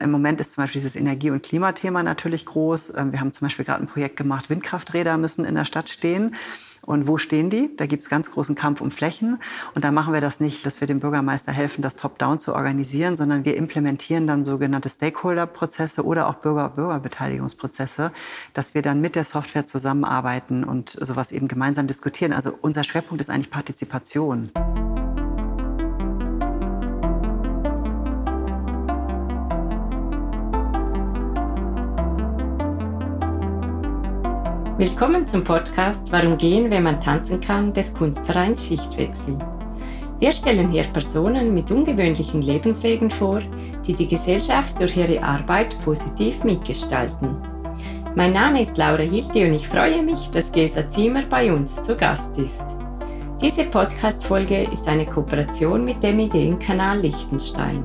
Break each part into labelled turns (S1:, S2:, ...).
S1: Im Moment ist zum Beispiel dieses Energie- und Klimathema natürlich groß. Wir haben zum Beispiel gerade ein Projekt gemacht, Windkrafträder müssen in der Stadt stehen. Und wo stehen die? Da gibt es ganz großen Kampf um Flächen. Und da machen wir das nicht, dass wir dem Bürgermeister helfen, das top-down zu organisieren, sondern wir implementieren dann sogenannte Stakeholder-Prozesse oder auch Bürgerbeteiligungsprozesse, dass wir dann mit der Software zusammenarbeiten und sowas eben gemeinsam diskutieren. Also unser Schwerpunkt ist eigentlich Partizipation.
S2: Willkommen zum Podcast Warum gehen, wenn man tanzen kann, des Kunstvereins Schichtwechsel. Wir stellen hier Personen mit ungewöhnlichen Lebenswegen vor, die die Gesellschaft durch ihre Arbeit positiv mitgestalten. Mein Name ist Laura Hilti und ich freue mich, dass Gesa Ziemer bei uns zu Gast ist. Diese Podcast-Folge ist eine Kooperation mit dem Ideenkanal Liechtenstein.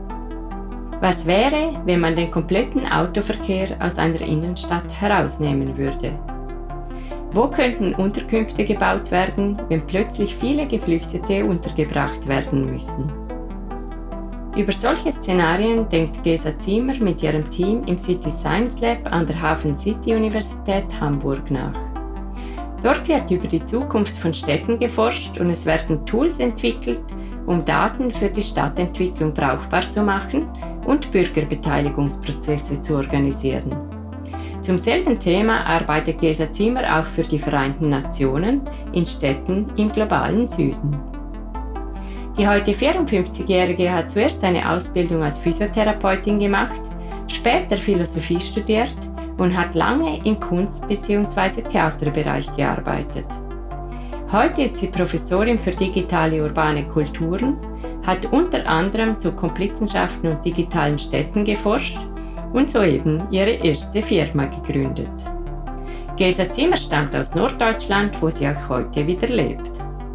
S2: Was wäre, wenn man den kompletten Autoverkehr aus einer Innenstadt herausnehmen würde? Wo könnten Unterkünfte gebaut werden, wenn plötzlich viele Geflüchtete untergebracht werden müssen? Über solche Szenarien denkt Gesa Ziemer mit ihrem Team im City Science Lab an der Hafen City Universität Hamburg nach. Dort wird über die Zukunft von Städten geforscht und es werden Tools entwickelt, um Daten für die Stadtentwicklung brauchbar zu machen und Bürgerbeteiligungsprozesse zu organisieren. Zum selben Thema arbeitet Gesa Ziemer auch für die Vereinten Nationen in Städten im globalen Süden. Die heute 54-Jährige hat zuerst eine Ausbildung als Physiotherapeutin gemacht, später Philosophie studiert und hat lange im Kunst- bzw. Theaterbereich gearbeitet. Heute ist sie Professorin für digitale urbane Kulturen, hat unter anderem zu Komplizenschaften und digitalen Städten geforscht und soeben ihre erste Firma gegründet. Gesa Ziemer stammt aus Norddeutschland, wo sie auch heute wieder lebt.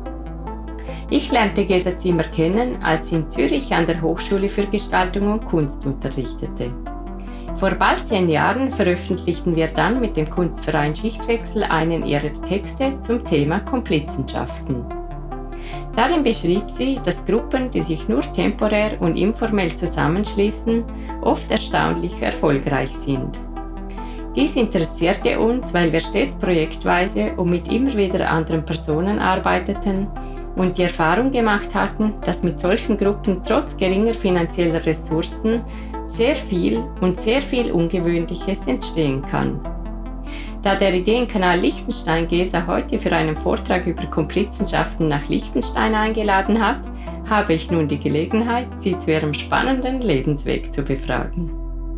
S2: Ich lernte Gesa Ziemer kennen, als sie in Zürich an der Hochschule für Gestaltung und Kunst unterrichtete. Vor bald 10 Jahren veröffentlichten wir dann mit dem Kunstverein Schichtwechsel einen ihrer Texte zum Thema Komplizenschaften. Darin beschrieb sie, dass Gruppen, die sich nur temporär und informell zusammenschließen, oft erstaunlich erfolgreich sind. Dies interessierte uns, weil wir stets projektweise und mit immer wieder anderen Personen arbeiteten und die Erfahrung gemacht hatten, dass mit solchen Gruppen trotz geringer finanzieller Ressourcen sehr viel Ungewöhnliches entstehen kann. Da der Ideenkanal Liechtenstein Gesa heute für einen Vortrag über Komplizenschaften nach Liechtenstein eingeladen hat, habe ich nun die Gelegenheit, sie zu ihrem spannenden Lebensweg zu befragen.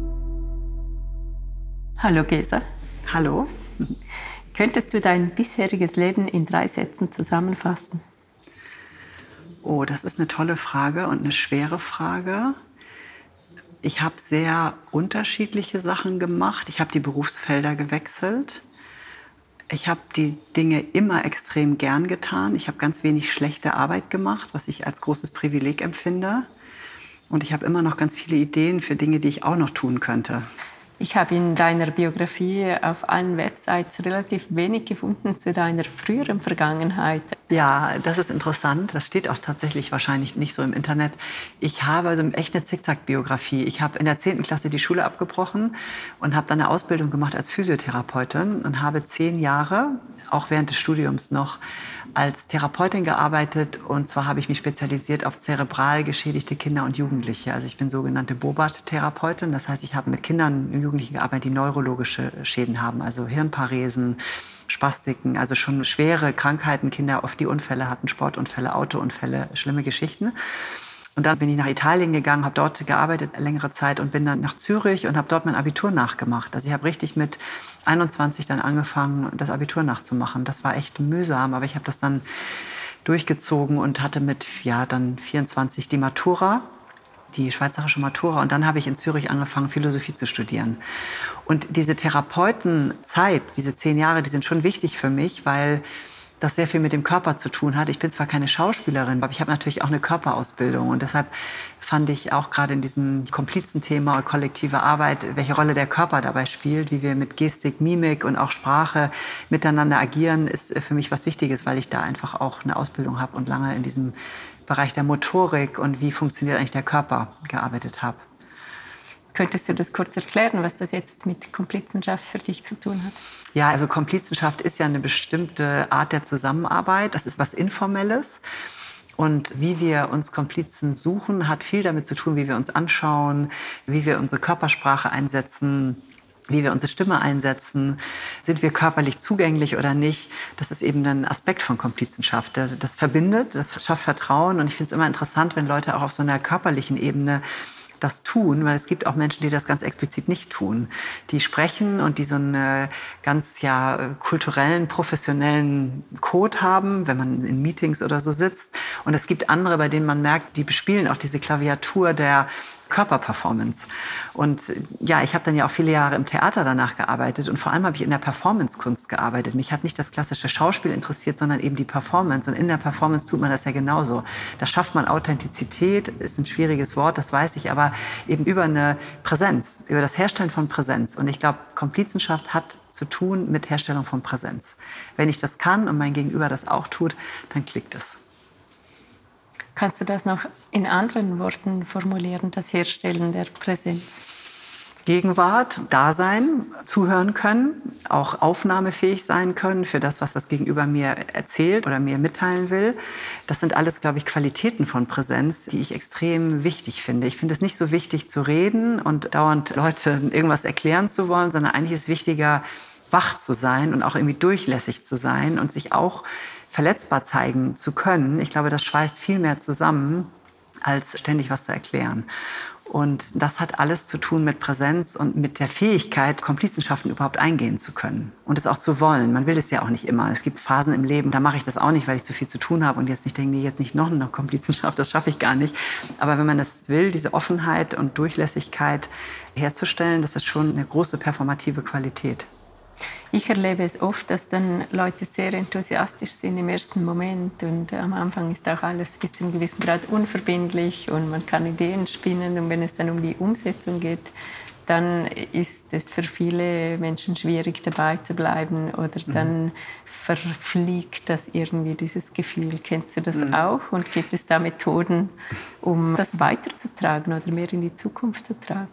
S2: Hallo Gesa.
S1: Hallo.
S2: Könntest du dein bisheriges Leben in 3 Sätzen zusammenfassen?
S1: Oh, das ist eine tolle Frage und eine schwere Frage. Ich habe sehr unterschiedliche Sachen gemacht. Ich habe die Berufsfelder gewechselt. Ich habe die Dinge immer extrem gern getan. Ich habe ganz wenig schlechte Arbeit gemacht, was ich als großes Privileg empfinde. Und ich habe immer noch ganz viele Ideen für Dinge, die ich auch noch tun könnte.
S2: Ich habe in deiner Biografie auf allen Websites relativ wenig gefunden zu deiner früheren Vergangenheit.
S1: Ja, das ist interessant. Das steht auch tatsächlich wahrscheinlich nicht so im Internet. Ich habe also echt eine Zickzack-Biografie. Ich habe in der 10. Klasse die Schule abgebrochen und habe dann eine Ausbildung gemacht als Physiotherapeutin und habe 10 Jahre, auch während des Studiums noch, als Therapeutin gearbeitet. Und zwar habe ich mich spezialisiert auf zerebral geschädigte Kinder und Jugendliche. Also ich bin sogenannte Bobat-Therapeutin. Das heißt, ich habe mit Kindern und Jugendlichen gearbeitet, die neurologische Schäden haben, also Hirnparesen, Spastiken, also schon schwere Krankheiten. Kinder oft die Unfälle hatten, Sportunfälle, Autounfälle, schlimme Geschichten. Und dann bin ich nach Italien gegangen, habe dort gearbeitet längere Zeit und bin dann nach Zürich und habe dort mein Abitur nachgemacht. Also ich habe richtig mit 21 dann angefangen, das Abitur nachzumachen. Das war echt mühsam, aber ich habe das dann durchgezogen und hatte mit dann 24 die Matura, die schweizerische Matura. Und dann habe ich in Zürich angefangen, Philosophie zu studieren. Und diese Therapeutenzeit, diese 10 Jahre, die sind schon wichtig für mich, weil das sehr viel mit dem Körper zu tun hat. Ich bin zwar keine Schauspielerin, aber ich habe natürlich auch eine Körperausbildung. Und deshalb fand ich auch gerade in diesem Komplizenthema, kollektive Arbeit, welche Rolle der Körper dabei spielt, wie wir mit Gestik, Mimik und auch Sprache miteinander agieren, ist für mich was Wichtiges, weil ich da einfach auch eine Ausbildung habe und lange in diesem Bereich der Motorik und wie funktioniert eigentlich der Körper gearbeitet habe.
S2: Könntest du das kurz erklären, was das jetzt mit Komplizenschaft für dich zu tun hat?
S1: Ja, also Komplizenschaft ist ja eine bestimmte Art der Zusammenarbeit. Das ist was Informelles. Und wie wir uns Komplizen suchen, hat viel damit zu tun, wie wir uns anschauen, wie wir unsere Körpersprache einsetzen, wie wir unsere Stimme einsetzen. Sind wir körperlich zugänglich oder nicht? Das ist eben ein Aspekt von Komplizenschaft. Das verbindet, das schafft Vertrauen. Und ich finde es immer interessant, wenn Leute auch auf so einer körperlichen Ebene das tun, weil es gibt auch Menschen, die das ganz explizit nicht tun. Die sprechen und die so einen ganz kulturellen, professionellen Code haben, wenn man in Meetings oder so sitzt. Und es gibt andere, bei denen man merkt, die bespielen auch diese Klaviatur der Körperperformance. Und ja, ich habe dann ja auch viele Jahre im Theater danach gearbeitet und vor allem habe ich in der Performancekunst gearbeitet. Mich hat nicht das klassische Schauspiel interessiert, sondern eben die Performance. Und in der Performance tut man das ja genauso. Da schafft man Authentizität, ist ein schwieriges Wort, das weiß ich, aber eben über eine Präsenz, über das Herstellen von Präsenz. Und ich glaube, Komplizenschaft hat zu tun mit Herstellung von Präsenz. Wenn ich das kann und mein Gegenüber das auch tut, dann klickt es.
S2: Kannst du das noch in anderen Worten formulieren, das Herstellen der Präsenz?
S1: Gegenwart, Dasein, zuhören können, auch aufnahmefähig sein können für das, was das Gegenüber mir erzählt oder mir mitteilen will. Das sind alles, glaube ich, Qualitäten von Präsenz, die ich extrem wichtig finde. Ich finde es nicht so wichtig zu reden und dauernd Leute irgendwas erklären zu wollen, sondern eigentlich ist wichtiger, wach zu sein und auch irgendwie durchlässig zu sein und sich auch verletzbar zeigen zu können. Ich glaube, das schweißt viel mehr zusammen, als ständig was zu erklären. Und das hat alles zu tun mit Präsenz und mit der Fähigkeit, Komplizenschaften überhaupt eingehen zu können. Und es auch zu wollen. Man will es ja auch nicht immer. Es gibt Phasen im Leben, da mache ich das auch nicht, weil ich zu viel zu tun habe und jetzt nicht denke, nee, jetzt nicht noch eine Komplizenschaft, das schaffe ich gar nicht. Aber wenn man das will, diese Offenheit und Durchlässigkeit herzustellen, das ist schon eine große performative Qualität.
S2: Ich erlebe es oft, dass dann Leute sehr enthusiastisch sind im ersten Moment und am Anfang ist auch alles bis zu einem gewissen Grad unverbindlich und man kann Ideen spinnen und wenn es dann um die Umsetzung geht, dann ist es für viele Menschen schwierig dabei zu bleiben oder dann verfliegt das irgendwie, dieses Gefühl. Kennst du das auch und gibt es da Methoden, um das weiterzutragen oder mehr in die Zukunft zu tragen?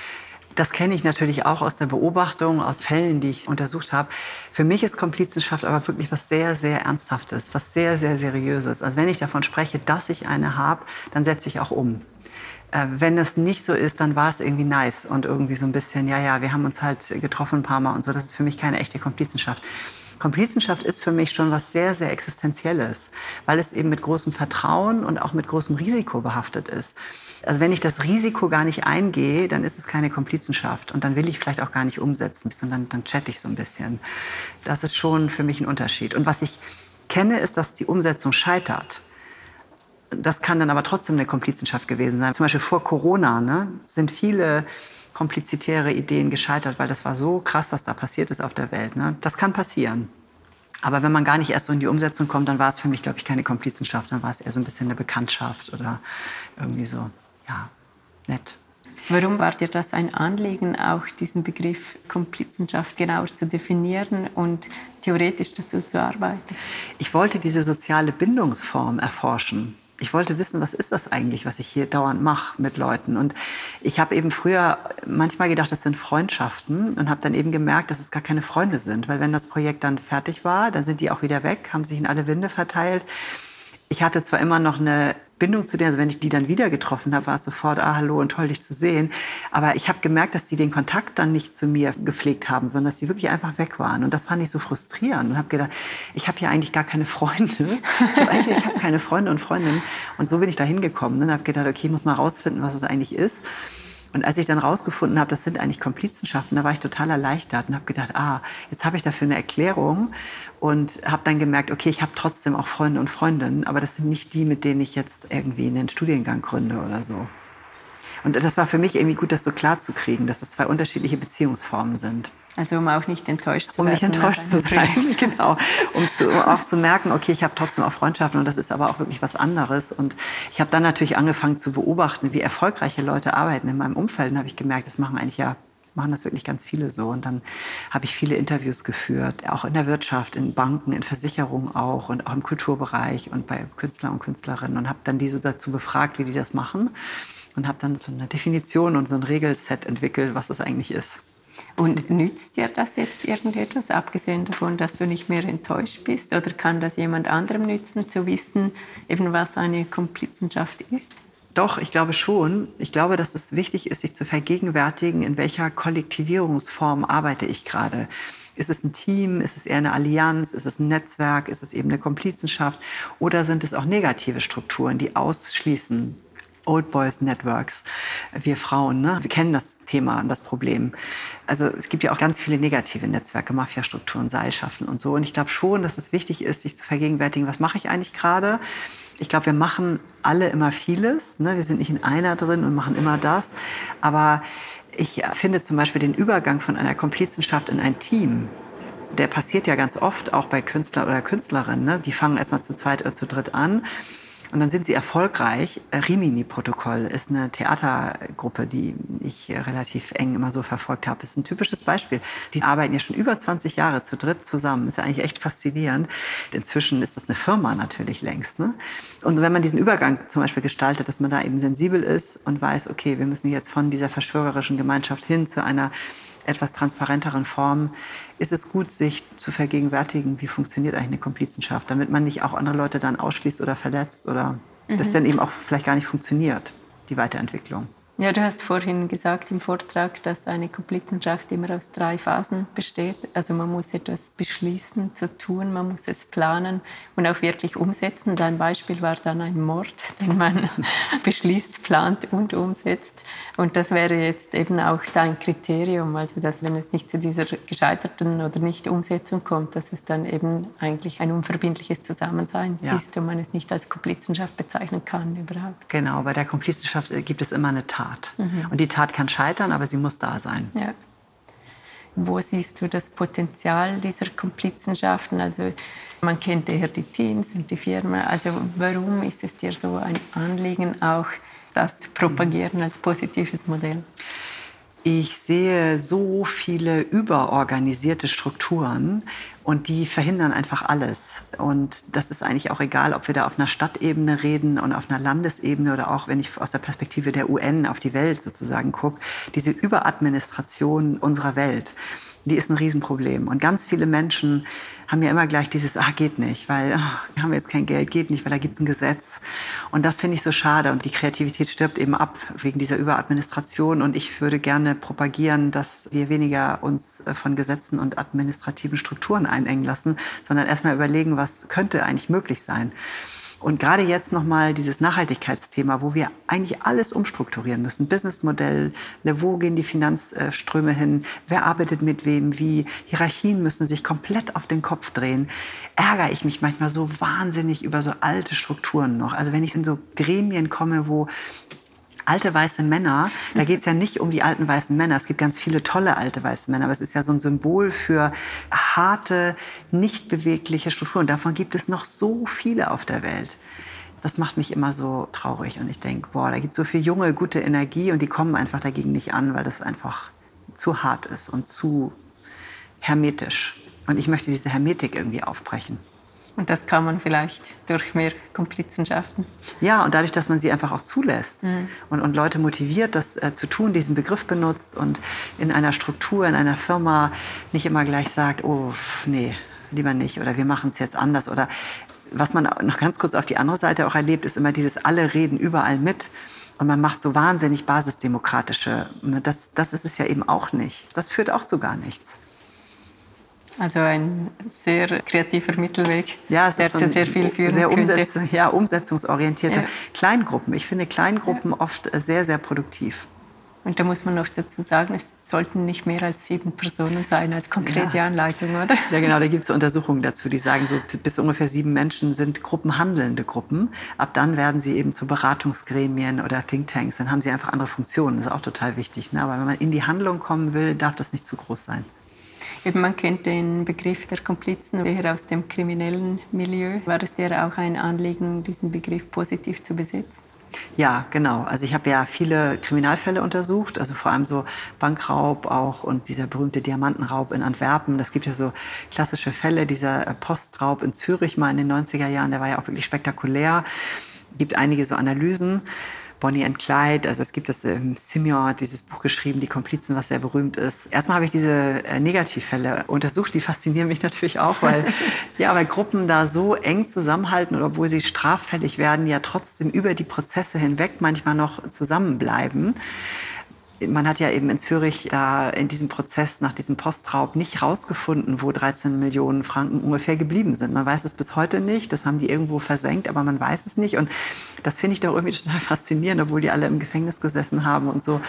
S1: Das kenne ich natürlich auch aus der Beobachtung, aus Fällen, die ich untersucht habe. Für mich ist Komplizenschaft aber wirklich was sehr, sehr Ernsthaftes, was sehr, sehr Seriöses. Also wenn ich davon spreche, dass ich eine habe, dann setze ich auch um. Wenn es nicht so ist, dann war es irgendwie nice und irgendwie so ein bisschen, ja, wir haben uns halt getroffen ein paar Mal und so. Das ist für mich keine echte Komplizenschaft. Komplizenschaft ist für mich schon was sehr, sehr Existenzielles, weil es eben mit großem Vertrauen und auch mit großem Risiko behaftet ist. Also wenn ich das Risiko gar nicht eingehe, dann ist es keine Komplizenschaft und dann will ich vielleicht auch gar nicht umsetzen, sondern dann chatte ich so ein bisschen. Das ist schon für mich ein Unterschied. Und was ich kenne, ist, dass die Umsetzung scheitert. Das kann dann aber trotzdem eine Komplizenschaft gewesen sein. Zum Beispiel vor Corona sind viele komplizitäre Ideen gescheitert, weil das war so krass, was da passiert ist auf der Welt. Das kann passieren. Aber wenn man gar nicht erst so in die Umsetzung kommt, dann war es für mich, glaube ich, keine Komplizenschaft. Dann war es eher so ein bisschen eine Bekanntschaft oder irgendwie so, ja, nett.
S2: Warum war dir das ein Anliegen, auch diesen Begriff Komplizenschaft genauer zu definieren und theoretisch dazu zu arbeiten?
S1: Ich wollte diese soziale Bindungsform erforschen. Ich wollte wissen, was ist das eigentlich, was ich hier dauernd mache mit Leuten. Und ich habe eben früher manchmal gedacht, das sind Freundschaften und habe dann eben gemerkt, dass es gar keine Freunde sind. Weil wenn das Projekt dann fertig war, dann sind die auch wieder weg, haben sich in alle Winde verteilt. Ich hatte zwar immer noch eine Bindung zu denen, also wenn ich die dann wieder getroffen habe, war es sofort, hallo und toll, dich zu sehen. Aber ich habe gemerkt, dass die den Kontakt dann nicht zu mir gepflegt haben, sondern dass die wirklich einfach weg waren. Und das fand ich so frustrierend und habe gedacht, ich habe hier eigentlich gar keine Freunde. Ich habe keine Freunde und Freundinnen. Und so bin ich da hingekommen und habe gedacht, okay, ich muss mal rausfinden, was es eigentlich ist. Und als ich dann rausgefunden habe, das sind eigentlich Komplizenschaften, da war ich total erleichtert und habe gedacht, jetzt habe ich dafür eine Erklärung und habe dann gemerkt, okay, ich habe trotzdem auch Freunde und Freundinnen, aber das sind nicht die, mit denen ich jetzt irgendwie einen Studiengang gründe oder so. Und das war für mich irgendwie gut, das so klar zu kriegen, dass das zwei unterschiedliche Beziehungsformen sind.
S2: Also um auch nicht enttäuscht zu werden.
S1: Um nicht enttäuscht zu sein, genau. Um auch zu merken, okay, ich habe trotzdem auch Freundschaften und das ist aber auch wirklich was anderes. Und ich habe dann natürlich angefangen zu beobachten, wie erfolgreiche Leute arbeiten in meinem Umfeld. Und habe ich gemerkt, das machen das wirklich ganz viele so. Und dann habe ich viele Interviews geführt, auch in der Wirtschaft, in Banken, in Versicherungen auch und auch im Kulturbereich und bei Künstlern und Künstlerinnen und habe dann die so dazu befragt, wie die das machen. und habe dann so eine Definition und so ein Regelset entwickelt, was das eigentlich ist.
S2: Und nützt dir das jetzt irgendetwas, abgesehen davon, dass du nicht mehr enttäuscht bist? Oder kann das jemand anderem nützen, zu wissen, eben was eine Komplizenschaft ist?
S1: Doch, ich glaube schon. Ich glaube, dass es wichtig ist, sich zu vergegenwärtigen, in welcher Kollektivierungsform arbeite ich gerade. Ist es ein Team? Ist es eher eine Allianz? Ist es ein Netzwerk? Ist es eben eine Komplizenschaft? Oder sind es auch negative Strukturen, die ausschließen? Old Boys Networks, wir Frauen, ne? Wir kennen das Thema und das Problem. Also es gibt ja auch ganz viele negative Netzwerke, Mafiastrukturen, Seilschaften und so. Und ich glaube schon, dass es wichtig ist, sich zu vergegenwärtigen, was mache ich eigentlich gerade? Ich glaube, wir machen alle immer vieles, ne? Wir sind nicht in einer drin und machen immer das. Aber ich finde zum Beispiel den Übergang von einer Komplizenschaft in ein Team, der passiert ja ganz oft auch bei Künstler oder Künstlerinnen. Ne? Die fangen erst mal zu zweit oder zu dritt an. Und dann sind sie erfolgreich. Rimini-Protokoll ist eine Theatergruppe, die ich relativ eng immer so verfolgt habe. Das ist ein typisches Beispiel. Die arbeiten ja schon über 20 Jahre zu dritt zusammen. Ist ja eigentlich echt faszinierend. Inzwischen ist das eine Firma natürlich längst. Ne? Und wenn man diesen Übergang zum Beispiel gestaltet, dass man da eben sensibel ist und weiß, okay, wir müssen jetzt von dieser verschwörerischen Gemeinschaft hin zu einer etwas transparenteren Form, ist es gut, sich zu vergegenwärtigen, wie funktioniert eigentlich eine Komplizenschaft, damit man nicht auch andere Leute dann ausschließt oder verletzt oder das dann eben auch vielleicht gar nicht funktioniert, die Weiterentwicklung.
S2: Ja, du hast vorhin gesagt im Vortrag, dass eine Komplizenschaft immer aus 3 Phasen besteht. Also man muss etwas beschließen, zu tun, man muss es planen und auch wirklich umsetzen. Dein Beispiel war dann ein Mord, den man beschließt, plant und umsetzt. Und das wäre jetzt eben auch dein Kriterium, also dass wenn es nicht zu dieser gescheiterten oder nicht Umsetzung kommt, dass es dann eben eigentlich ein unverbindliches Zusammensein ist und man es nicht als Komplizenschaft bezeichnen kann überhaupt.
S1: Genau, bei der Komplizenschaft gibt es immer eine Tat. Und die Tat kann scheitern, aber sie muss da sein.
S2: Ja. Wo siehst du das Potenzial dieser Komplizenschaften? Also man kennt eher die Teams und die Firmen. Also warum ist es dir so ein Anliegen, auch das zu propagieren als positives Modell?
S1: Ich sehe so viele überorganisierte Strukturen und die verhindern einfach alles. Und das ist eigentlich auch egal, ob wir da auf einer Stadtebene reden und auf einer Landesebene oder auch, wenn ich aus der Perspektive der UN auf die Welt sozusagen gucke, diese Überadministration unserer Welt, die ist ein Riesenproblem. Und ganz viele Menschen haben ja immer gleich dieses, geht nicht, weil wir haben jetzt kein Geld, geht nicht, weil da gibt es ein Gesetz. Und das finde ich so schade. Und die Kreativität stirbt eben ab wegen dieser Überadministration. Und ich würde gerne propagieren, dass wir weniger uns von Gesetzen und administrativen Strukturen einengen lassen, sondern erstmal überlegen, was könnte eigentlich möglich sein. Und gerade jetzt nochmal dieses Nachhaltigkeitsthema, wo wir eigentlich alles umstrukturieren müssen. Businessmodell, wo gehen die Finanzströme hin, wer arbeitet mit wem, wie. Hierarchien müssen sich komplett auf den Kopf drehen. Ärgere ich mich manchmal so wahnsinnig über so alte Strukturen noch. Also wenn ich in so Gremien komme, wo alte weiße Männer, da geht es ja nicht um die alten weißen Männer. Es gibt ganz viele tolle alte weiße Männer, aber es ist ja so ein Symbol für harte, nicht bewegliche Strukturen. Davon gibt es noch so viele auf der Welt. Das macht mich immer so traurig und ich denke, da gibt es so viel junge, gute Energie und die kommen einfach dagegen nicht an, weil das einfach zu hart ist und zu hermetisch. Und ich möchte diese Hermetik irgendwie aufbrechen.
S2: Und das kann man vielleicht durch mehr Komplizenschaften.
S1: Ja, und dadurch, dass man sie einfach auch zulässt und Leute motiviert, das zu tun, diesen Begriff benutzt und in einer Struktur, in einer Firma nicht immer gleich sagt, nee, lieber nicht oder wir machen es jetzt anders. Oder was man noch ganz kurz auf die andere Seite auch erlebt, ist immer dieses, alle reden überall mit. Und man macht so wahnsinnig basisdemokratische, das ist es ja eben auch nicht. Das führt auch zu gar nichts.
S2: Also ein sehr kreativer Mittelweg,
S1: der
S2: zu sehr viel führen
S1: sehr
S2: könnte.
S1: Umsetzungsorientierte Kleingruppen. Ich finde Kleingruppen oft sehr, sehr produktiv.
S2: Und da muss man noch dazu sagen, es sollten nicht mehr als 7 Personen sein als konkrete Anleitung, oder?
S1: Ja, genau, da gibt es Untersuchungen dazu, die sagen, so bis ungefähr 7 Menschen sind handelnde Gruppen. Ab dann werden sie eben zu Beratungsgremien oder Thinktanks. Dann haben sie einfach andere Funktionen. Das ist auch total wichtig. Ne? Aber wenn man in die Handlung kommen will, darf das nicht zu groß sein.
S2: Eben, man kennt den Begriff der Komplizen eher aus dem kriminellen Milieu. War es dir auch ein Anliegen, diesen Begriff positiv zu besetzen?
S1: Ja, genau. Also ich habe ja viele Kriminalfälle untersucht, also vor allem so Bankraub auch und dieser berühmte Diamantenraub in Antwerpen. Das gibt ja so klassische Fälle, dieser Postraub in Zürich mal in den 90er Jahren, der war ja auch wirklich spektakulär. Es gibt einige so Analysen, Bonnie and Clyde. Also es gibt das, Simeon hat dieses Buch geschrieben, Die Komplizen, was sehr berühmt ist. Erstmal habe ich diese Negativfälle untersucht, die faszinieren mich natürlich auch, weil Gruppen da so eng zusammenhalten und obwohl sie straffällig werden, ja trotzdem über die Prozesse hinweg manchmal noch zusammenbleiben. Man hat ja eben in Zürich da in diesem Prozess nach diesem Postraub nicht rausgefunden, wo 13 Millionen Franken ungefähr geblieben sind. Man weiß es bis heute nicht, das haben die irgendwo versenkt, aber man weiß es nicht. Und das finde ich doch irgendwie total faszinierend, obwohl die alle im Gefängnis gesessen haben und so,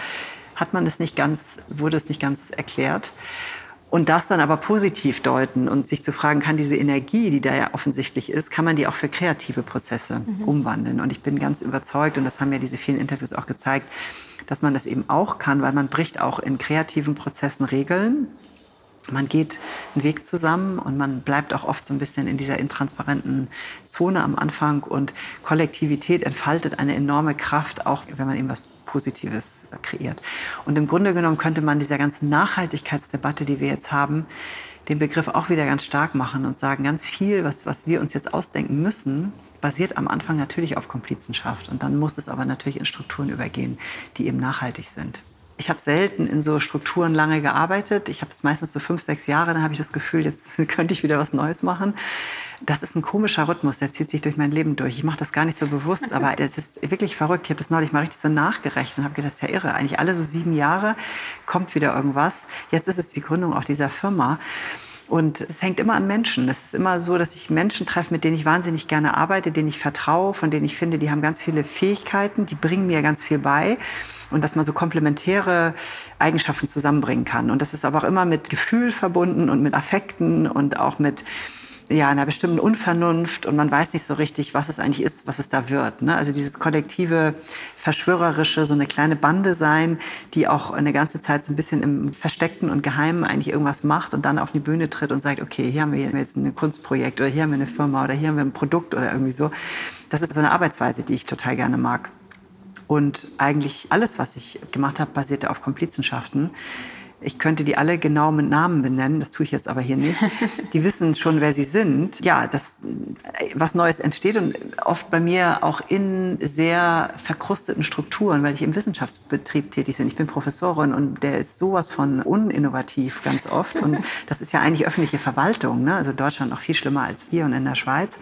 S1: wurde es nicht ganz erklärt. Und das dann aber positiv deuten und sich zu fragen, kann diese Energie, die da ja offensichtlich ist, kann man die auch für kreative Prozesse umwandeln? Und ich bin ganz überzeugt, und das haben ja diese vielen Interviews auch gezeigt, dass man das eben auch kann, weil man bricht auch in kreativen Prozessen Regeln. Man geht einen Weg zusammen und man bleibt auch oft so ein bisschen in dieser intransparenten Zone am Anfang. Und Kollektivität entfaltet eine enorme Kraft, auch wenn man eben was Positives kreiert. Und im Grunde genommen könnte man dieser ganzen Nachhaltigkeitsdebatte, die wir jetzt haben, den Begriff auch wieder ganz stark machen und sagen, ganz viel, was wir uns jetzt ausdenken müssen, basiert am Anfang natürlich auf Komplizenschaft. Und dann muss es aber natürlich in Strukturen übergehen, die eben nachhaltig sind. Ich habe selten in so Strukturen lange gearbeitet. Ich habe es meistens so 5, 6 Jahre. Dann habe ich das Gefühl, jetzt könnte ich wieder was Neues machen. Das ist ein komischer Rhythmus, der zieht sich durch mein Leben durch. Ich mache das gar nicht so bewusst, aber das ist wirklich verrückt. Ich habe das neulich mal richtig so nachgerechnet und habe gedacht, das ist ja irre. Eigentlich alle so 7 Jahre kommt wieder irgendwas. Jetzt ist es die Gründung auch dieser Firma. Und es hängt immer an Menschen. Es ist immer so, dass ich Menschen treffe, mit denen ich wahnsinnig gerne arbeite, denen ich vertraue, von denen ich finde, die haben ganz viele Fähigkeiten, die bringen mir ganz viel bei. Und dass man so komplementäre Eigenschaften zusammenbringen kann. Und das ist aber auch immer mit Gefühl verbunden und mit Affekten und auch mit einer bestimmten Unvernunft. Und man weiß nicht so richtig, was es eigentlich ist, was es da wird. Ne? Also dieses kollektive, verschwörerische, so eine kleine Bande sein, die auch eine ganze Zeit so ein bisschen im Versteckten und Geheimen eigentlich irgendwas macht und dann auf die Bühne tritt und sagt, okay, hier haben wir jetzt ein Kunstprojekt oder hier haben wir eine Firma oder hier haben wir ein Produkt oder irgendwie so. Das ist so eine Arbeitsweise, die ich total gerne mag. Und eigentlich alles, was ich gemacht habe, basierte auf Komplizenschaften. Ich könnte die alle genau mit Namen benennen, das tue ich jetzt aber hier nicht. Die wissen schon, wer sie sind. Ja, dass was Neues entsteht und oft bei mir auch in sehr verkrusteten Strukturen, weil ich im Wissenschaftsbetrieb tätig bin. Ich bin Professorin und der ist sowas von uninnovativ ganz oft. Und das ist ja eigentlich öffentliche Verwaltung, ne? Also Deutschland noch viel schlimmer als hier und in der Schweiz.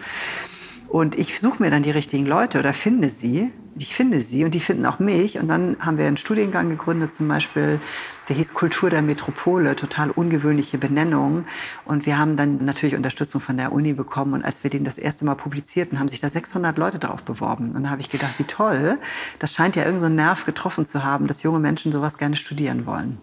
S1: Und ich suche mir dann die richtigen Leute oder finde sie. Ich finde sie und die finden auch mich. Und dann haben wir einen Studiengang gegründet, zum Beispiel, der hieß Kultur der Metropole, total ungewöhnliche Benennung. Und wir haben dann natürlich Unterstützung von der Uni bekommen. Und als wir den das erste Mal publizierten, haben sich da 600 Leute drauf beworben. Und da habe ich gedacht, wie toll, das scheint ja irgendeinen Nerv getroffen zu haben, dass junge Menschen sowas gerne studieren wollen.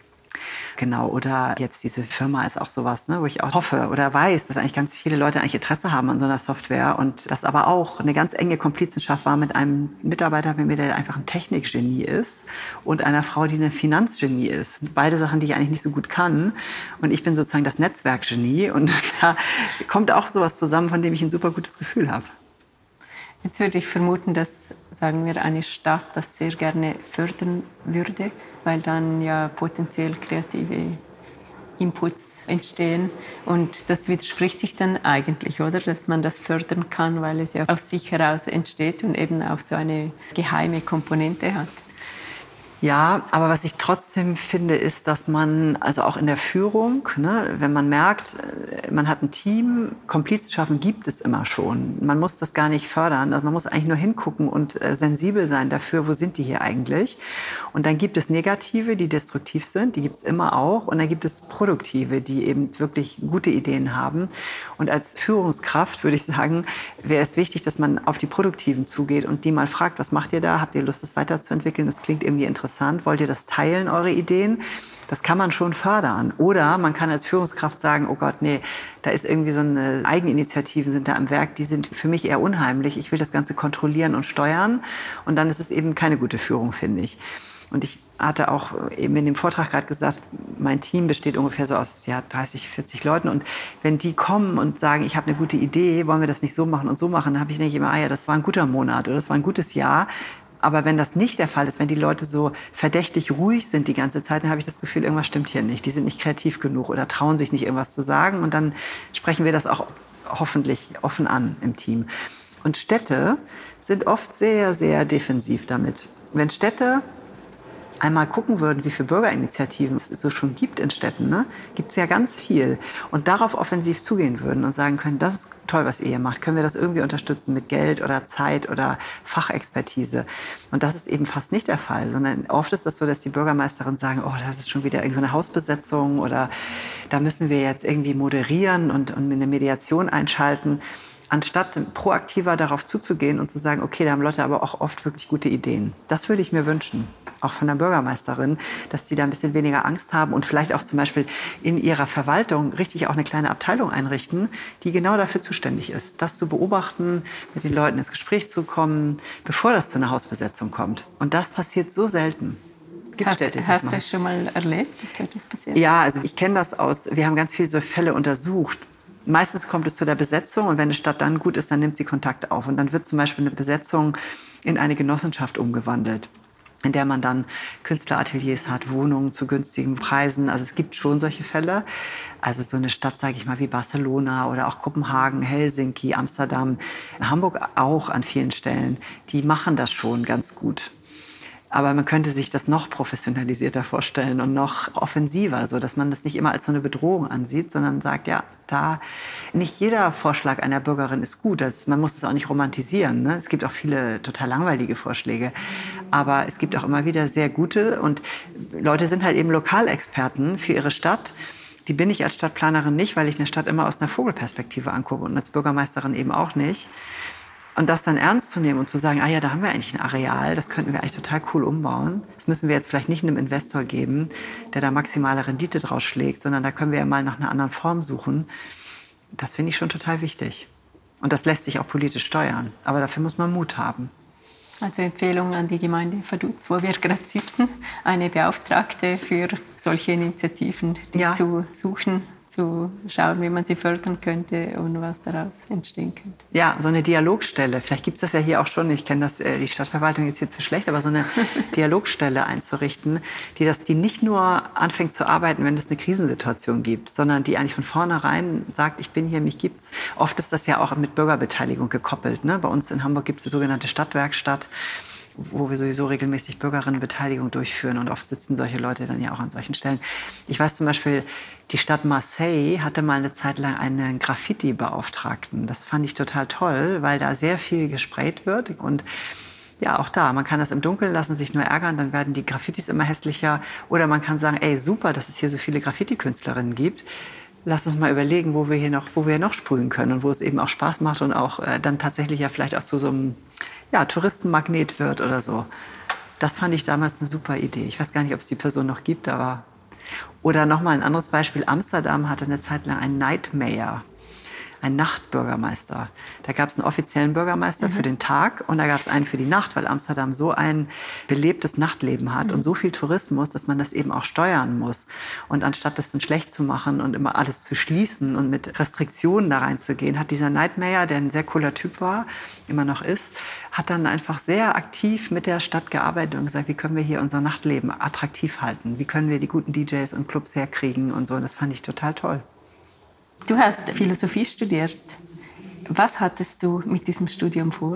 S1: Genau, oder jetzt diese Firma ist auch sowas, ne, wo ich auch hoffe oder weiß, dass eigentlich ganz viele Leute eigentlich Interesse haben an so einer Software und das aber auch eine ganz enge Komplizenschaft war mit einem Mitarbeiter bei mir, der einfach ein Technikgenie ist und einer Frau, die eine Finanzgenie ist. Beide Sachen, die ich eigentlich nicht so gut kann und ich bin sozusagen das Netzwerkgenie und da kommt auch sowas zusammen, von dem ich ein super gutes Gefühl habe.
S3: Jetzt würde ich vermuten, dass, sagen wir, eine Stadt das sehr gerne fördern würde, weil dann ja potenziell kreative Inputs entstehen. Und das widerspricht sich dann eigentlich, oder? Dass man das fördern kann, weil es ja aus sich heraus entsteht und eben auch so eine geheime Komponente hat.
S1: Ja, aber was ich trotzdem finde, ist, dass man, also auch in der Führung, ne, wenn man merkt, man hat ein Team, Komplizenschaften gibt es immer schon. Man muss das gar nicht fördern. Also man muss eigentlich nur hingucken und sensibel sein dafür, wo sind die hier eigentlich. Und dann gibt es Negative, die destruktiv sind, die gibt es immer auch. Und dann gibt es Produktive, die eben wirklich gute Ideen haben. Und als Führungskraft würde ich sagen, wäre es wichtig, dass man auf die Produktiven zugeht und die mal fragt, was macht ihr da? Habt ihr Lust, das weiterzuentwickeln? Das klingt irgendwie interessant. Wollt ihr das teilen, eure Ideen? Das kann man schon fördern. Oder man kann als Führungskraft sagen, oh Gott, nee, da ist irgendwie so eine Eigeninitiativen sind da am Werk, die sind für mich eher unheimlich. Ich will das Ganze kontrollieren und steuern. Und dann ist es eben keine gute Führung, finde ich. Und ich hatte auch eben in dem Vortrag gerade gesagt, mein Team besteht ungefähr so aus 30, 40 Leuten. Und wenn die kommen und sagen, ich habe eine gute Idee, wollen wir das nicht so machen und so machen, dann habe ich denke ich immer, ja, das war ein guter Monat oder das war ein gutes Jahr. Aber wenn das nicht der Fall ist, wenn die Leute so verdächtig ruhig sind die ganze Zeit, dann habe ich das Gefühl, irgendwas stimmt hier nicht. Die sind nicht kreativ genug oder trauen sich nicht, irgendwas zu sagen. Und dann sprechen wir das auch hoffentlich offen an im Team. Und Städte sind oft sehr, sehr defensiv damit. Wenn Städte einmal gucken würden, wie viele Bürgerinitiativen es so schon gibt in Städten, ne, gibt es ja ganz viel. Und darauf offensiv zugehen würden und sagen können, das ist toll, was ihr hier macht. Können wir das irgendwie unterstützen mit Geld oder Zeit oder Fachexpertise? Und das ist eben fast nicht der Fall, sondern oft ist das so, dass die Bürgermeisterinnen sagen, oh, das ist schon wieder irgendeine Hausbesetzung oder da müssen wir jetzt irgendwie moderieren und eine Mediation einschalten, anstatt proaktiver darauf zuzugehen und zu sagen, okay, da haben Leute aber auch oft wirklich gute Ideen. Das würde ich mir wünschen, auch von der Bürgermeisterin, dass die da ein bisschen weniger Angst haben und vielleicht auch zum Beispiel in ihrer Verwaltung richtig auch eine kleine Abteilung einrichten, die genau dafür zuständig ist, das zu beobachten, mit den Leuten ins Gespräch zu kommen, bevor das zu einer Hausbesetzung kommt. Und das passiert so selten.
S3: Hast du das schon mal erlebt, dass das passiert?
S1: Ja, also ich kenne das wir haben ganz viele so Fälle untersucht. Meistens kommt es zu der Besetzung und wenn eine Stadt dann gut ist, dann nimmt sie Kontakt auf. Und dann wird zum Beispiel eine Besetzung in eine Genossenschaft umgewandelt, in der man dann Künstlerateliers hat, Wohnungen zu günstigen Preisen. Also es gibt schon solche Fälle. Also so eine Stadt, sage ich mal, wie Barcelona oder auch Kopenhagen, Helsinki, Amsterdam, Hamburg auch an vielen Stellen, die machen das schon ganz gut. Aber man könnte sich das noch professionalisierter vorstellen und noch offensiver, so dass man das nicht immer als so eine Bedrohung ansieht, sondern sagt, ja, da nicht jeder Vorschlag einer Bürgerin ist gut. Man muss es auch nicht romantisieren. Ne? Es gibt auch viele total langweilige Vorschläge. Aber es gibt auch immer wieder sehr gute. Und Leute sind halt eben Lokalexperten für ihre Stadt. Die bin ich als Stadtplanerin nicht, weil ich eine Stadt immer aus einer Vogelperspektive angucke und als Bürgermeisterin eben auch nicht. Und das dann ernst zu nehmen und zu sagen, ah ja, da haben wir eigentlich ein Areal, das könnten wir eigentlich total cool umbauen. Das müssen wir jetzt vielleicht nicht einem Investor geben, der da maximale Rendite draus schlägt, sondern da können wir ja mal nach einer anderen Form suchen. Das finde ich schon total wichtig. Und das lässt sich auch politisch steuern. Aber dafür muss man Mut haben.
S3: Also Empfehlung an die Gemeinde Vaduz, wo wir gerade sitzen, eine Beauftragte für solche Initiativen, die zu suchen, zu schauen, wie man sie fördern könnte und was daraus entstehen könnte.
S1: Ja, so eine Dialogstelle. Vielleicht gibt es das ja hier auch schon. Ich kenne die Stadtverwaltung jetzt hier zu schlecht, aber so eine Dialogstelle einzurichten, die nicht nur anfängt zu arbeiten, wenn es eine Krisensituation gibt, sondern die eigentlich von vornherein sagt, ich bin hier, mich gibt's. Oft ist das ja auch mit Bürgerbeteiligung gekoppelt. Ne? Bei uns in Hamburg gibt es die sogenannte Stadtwerkstatt, wo wir sowieso regelmäßig Bürgerinnenbeteiligung durchführen. Und oft sitzen solche Leute dann ja auch an solchen Stellen. Ich weiß zum Beispiel, die Stadt Marseille hatte mal eine Zeit lang einen Graffiti-Beauftragten. Das fand ich total toll, weil da sehr viel gesprayt wird. Und ja, auch da, man kann das im Dunkeln lassen, sich nur ärgern, dann werden die Graffitis immer hässlicher. Oder man kann sagen, ey, super, dass es hier so viele Graffiti-Künstlerinnen gibt. Lass uns mal überlegen, wo wir noch sprühen können und wo es eben auch Spaß macht und auch dann tatsächlich ja vielleicht auch zu so einem Touristenmagnet wird oder so. Das fand ich damals eine super Idee. Ich weiß gar nicht, ob es die Person noch gibt, aber... Oder nochmal ein anderes Beispiel. Amsterdam hatte eine Zeit lang einen Night Mayor, einen Nachtbürgermeister. Da gab es einen offiziellen Bürgermeister für den Tag und da gab es einen für die Nacht, weil Amsterdam so ein belebtes Nachtleben hat und so viel Tourismus, dass man das eben auch steuern muss. Und anstatt das dann schlecht zu machen und immer alles zu schließen und mit Restriktionen da reinzugehen, hat dieser Night Mayor, der ein sehr cooler Typ war, immer noch ist, hat dann einfach sehr aktiv mit der Stadt gearbeitet und gesagt, wie können wir hier unser Nachtleben attraktiv halten? Wie können wir die guten DJs und Clubs herkriegen und so. Das fand ich total toll.
S3: Du hast Philosophie studiert. Was hattest du mit diesem Studium vor?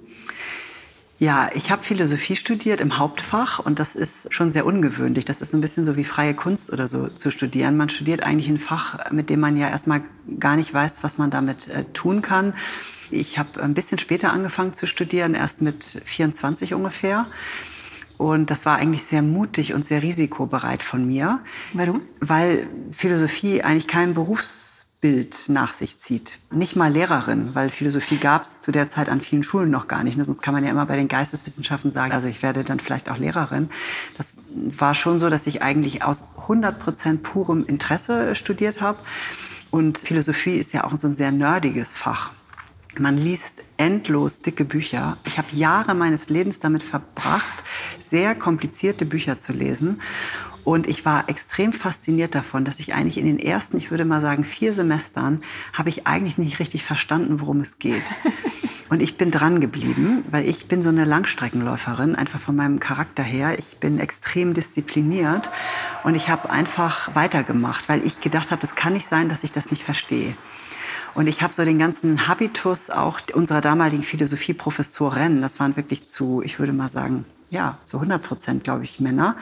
S1: Ja, ich habe Philosophie studiert im Hauptfach und das ist schon sehr ungewöhnlich. Das ist ein bisschen so wie freie Kunst oder so zu studieren. Man studiert eigentlich ein Fach, mit dem man ja erstmal gar nicht weiß, was man damit tun kann. Ich habe ein bisschen später angefangen zu studieren, erst mit 24 ungefähr. Und das war eigentlich sehr mutig und sehr risikobereit von mir.
S3: Warum?
S1: Weil Philosophie eigentlich kein Berufsbild nach sich zieht. Nicht mal Lehrerin, weil Philosophie gab es zu der Zeit an vielen Schulen noch gar nicht. Sonst kann man ja immer bei den Geisteswissenschaften sagen, also ich werde dann vielleicht auch Lehrerin. Das war schon so, dass ich eigentlich aus 100% purem Interesse studiert habe. Und Philosophie ist ja auch so ein sehr nerdiges Fach. Man liest endlos dicke Bücher. Ich habe Jahre meines Lebens damit verbracht, sehr komplizierte Bücher zu lesen. Und ich war extrem fasziniert davon, dass ich eigentlich in den ersten, ich würde mal sagen, 4 Semestern, habe ich eigentlich nicht richtig verstanden, worum es geht. Und ich bin dran geblieben, weil ich bin so eine Langstreckenläuferin, einfach von meinem Charakter her. Ich bin extrem diszipliniert und ich habe einfach weitergemacht, weil ich gedacht habe, das kann nicht sein, dass ich das nicht verstehe. Und ich habe so den ganzen Habitus auch unserer damaligen Philosophieprofessoren, das waren wirklich ich würde mal sagen, ja, zu 100%, glaube ich, Männer.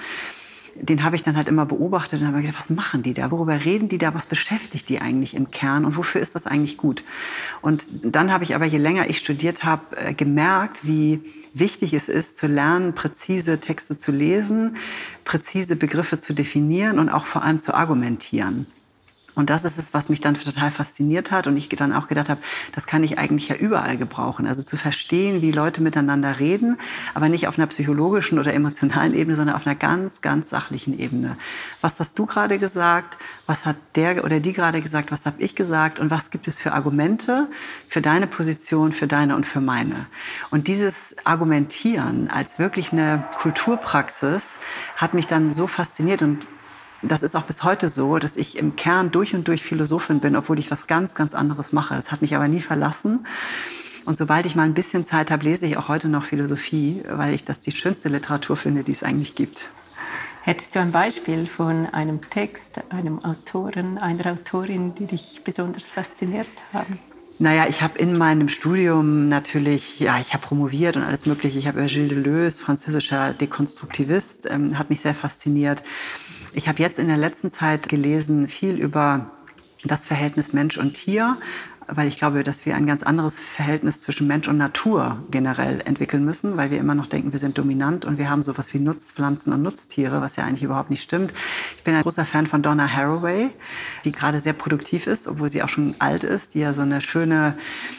S1: Den habe ich dann halt immer beobachtet und habe mir gedacht, was machen die da? Worüber reden die da? Was beschäftigt die eigentlich im Kern? Und wofür ist das eigentlich gut? Und dann habe ich aber, je länger ich studiert habe, gemerkt, wie wichtig es ist, zu lernen, präzise Texte zu lesen, präzise Begriffe zu definieren und auch vor allem zu argumentieren. Und das ist es, was mich dann total fasziniert hat und ich dann auch gedacht habe, das kann ich eigentlich ja überall gebrauchen. Also zu verstehen, wie Leute miteinander reden, aber nicht auf einer psychologischen oder emotionalen Ebene, sondern auf einer ganz, ganz sachlichen Ebene. Was hast du gerade gesagt? Was hat der oder die gerade gesagt? Was habe ich gesagt? Und was gibt es für Argumente für deine Position, für deine und für meine? Und dieses Argumentieren als wirklich eine Kulturpraxis hat mich dann so fasziniert und das ist auch bis heute so, dass ich im Kern durch und durch Philosophin bin, obwohl ich was ganz, ganz anderes mache. Das hat mich aber nie verlassen. Und sobald ich mal ein bisschen Zeit habe, lese ich auch heute noch Philosophie, weil ich das die schönste Literatur finde, die es eigentlich gibt.
S3: Hättest du ein Beispiel von einem Text, einem Autoren, einer Autorin, die dich besonders fasziniert haben?
S1: Naja, ich habe in meinem Studium natürlich, ja, ich habe promoviert und alles Mögliche. Ich habe über Gilles Deleuze, französischer Dekonstruktivist, hat mich sehr fasziniert. Ich habe jetzt in der letzten Zeit gelesen viel über das Verhältnis Mensch und Tier, weil ich glaube, dass wir ein ganz anderes Verhältnis zwischen Mensch und Natur generell entwickeln müssen, weil wir immer noch denken, wir sind dominant und wir haben sowas wie Nutzpflanzen und Nutztiere, was ja eigentlich überhaupt nicht stimmt. Ich bin ein großer Fan von Donna Haraway, die gerade sehr produktiv ist, obwohl sie auch schon alt ist, die ja so eine schöne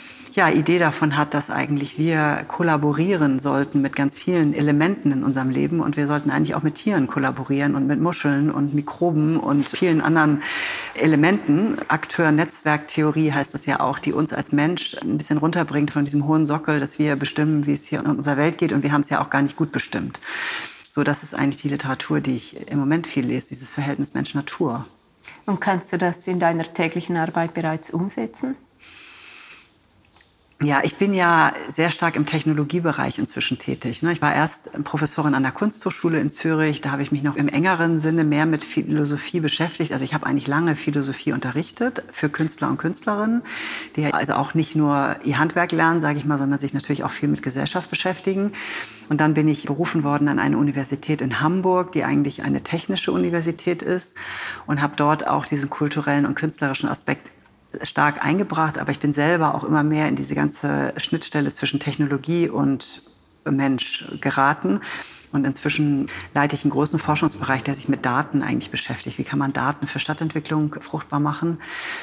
S1: Idee davon hat, dass eigentlich wir kollaborieren sollten mit ganz vielen Elementen in unserem Leben und wir sollten eigentlich auch mit Tieren kollaborieren und mit Muscheln und Mikroben und vielen anderen Elementen. Akteur-Netzwerk-Theorie heißt das ja auch, die uns als Mensch ein bisschen runterbringt von diesem hohen Sockel, dass wir bestimmen, wie es hier in unserer Welt geht und wir haben es ja auch gar nicht gut bestimmt. So, das ist eigentlich die Literatur, die ich im Moment viel lese, dieses Verhältnis Mensch-Natur.
S3: Und kannst du das in deiner täglichen Arbeit bereits umsetzen?
S1: Ja, ich bin ja sehr stark im Technologiebereich inzwischen tätig. Ich war erst Professorin an der Kunsthochschule in Zürich. Da habe ich mich noch im engeren Sinne mehr mit Philosophie beschäftigt. Also ich habe eigentlich lange Philosophie unterrichtet für Künstler und Künstlerinnen, die also auch nicht nur ihr Handwerk lernen, sage ich mal, sondern sich natürlich auch viel mit Gesellschaft beschäftigen. Und dann bin ich berufen worden an eine Universität in Hamburg, die eigentlich eine technische Universität ist und habe dort auch diesen kulturellen und künstlerischen Aspekt stark eingebracht, aber ich bin selber auch immer mehr in diese ganze Schnittstelle zwischen Technologie und Mensch geraten. Und inzwischen leite ich einen großen Forschungsbereich, der sich mit Daten eigentlich beschäftigt. Wie kann man Daten für Stadtentwicklung fruchtbar machen?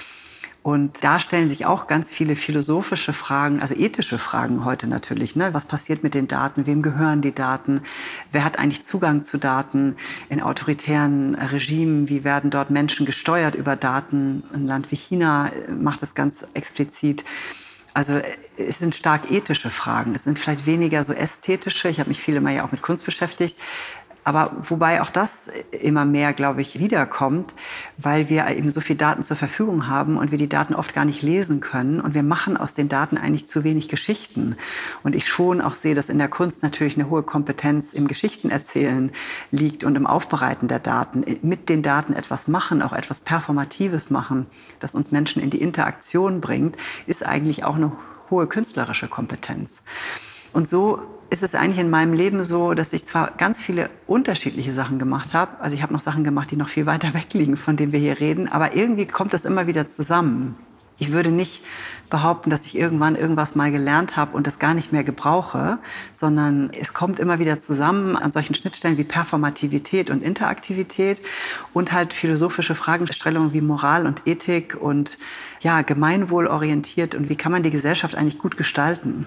S1: Und da stellen sich auch ganz viele philosophische Fragen, also ethische Fragen heute natürlich. Was passiert mit den Daten? Wem gehören die Daten? Wer hat eigentlich Zugang zu Daten in autoritären Regimen? Wie werden dort Menschen gesteuert über Daten? Ein Land wie China macht das ganz explizit. Also es sind stark ethische Fragen. Es sind vielleicht weniger so ästhetische. Ich habe mich viel immer ja auch mit Kunst beschäftigt. Aber wobei auch das immer mehr, glaube ich, wiederkommt, weil wir eben so viel Daten zur Verfügung haben und wir die Daten oft gar nicht lesen können. Und wir machen aus den Daten eigentlich zu wenig Geschichten. Und ich schon auch sehe, dass in der Kunst natürlich eine hohe Kompetenz im Geschichtenerzählen liegt und im Aufbereiten der Daten. Mit den Daten etwas machen, auch etwas Performatives machen, das uns Menschen in die Interaktion bringt, ist eigentlich auch eine hohe künstlerische Kompetenz. Und so ist es eigentlich in meinem Leben so, dass ich zwar ganz viele unterschiedliche Sachen gemacht habe, also ich habe noch Sachen gemacht, die noch viel weiter weg liegen, von denen wir hier reden, aber irgendwie kommt das immer wieder zusammen. Ich würde nicht behaupten, dass ich irgendwann irgendwas mal gelernt habe und das gar nicht mehr gebrauche, sondern es kommt immer wieder zusammen an solchen Schnittstellen wie Performativität und Interaktivität und halt philosophische Fragestellungen wie Moral und Ethik und gemeinwohlorientiert und wie kann man die Gesellschaft eigentlich gut gestalten.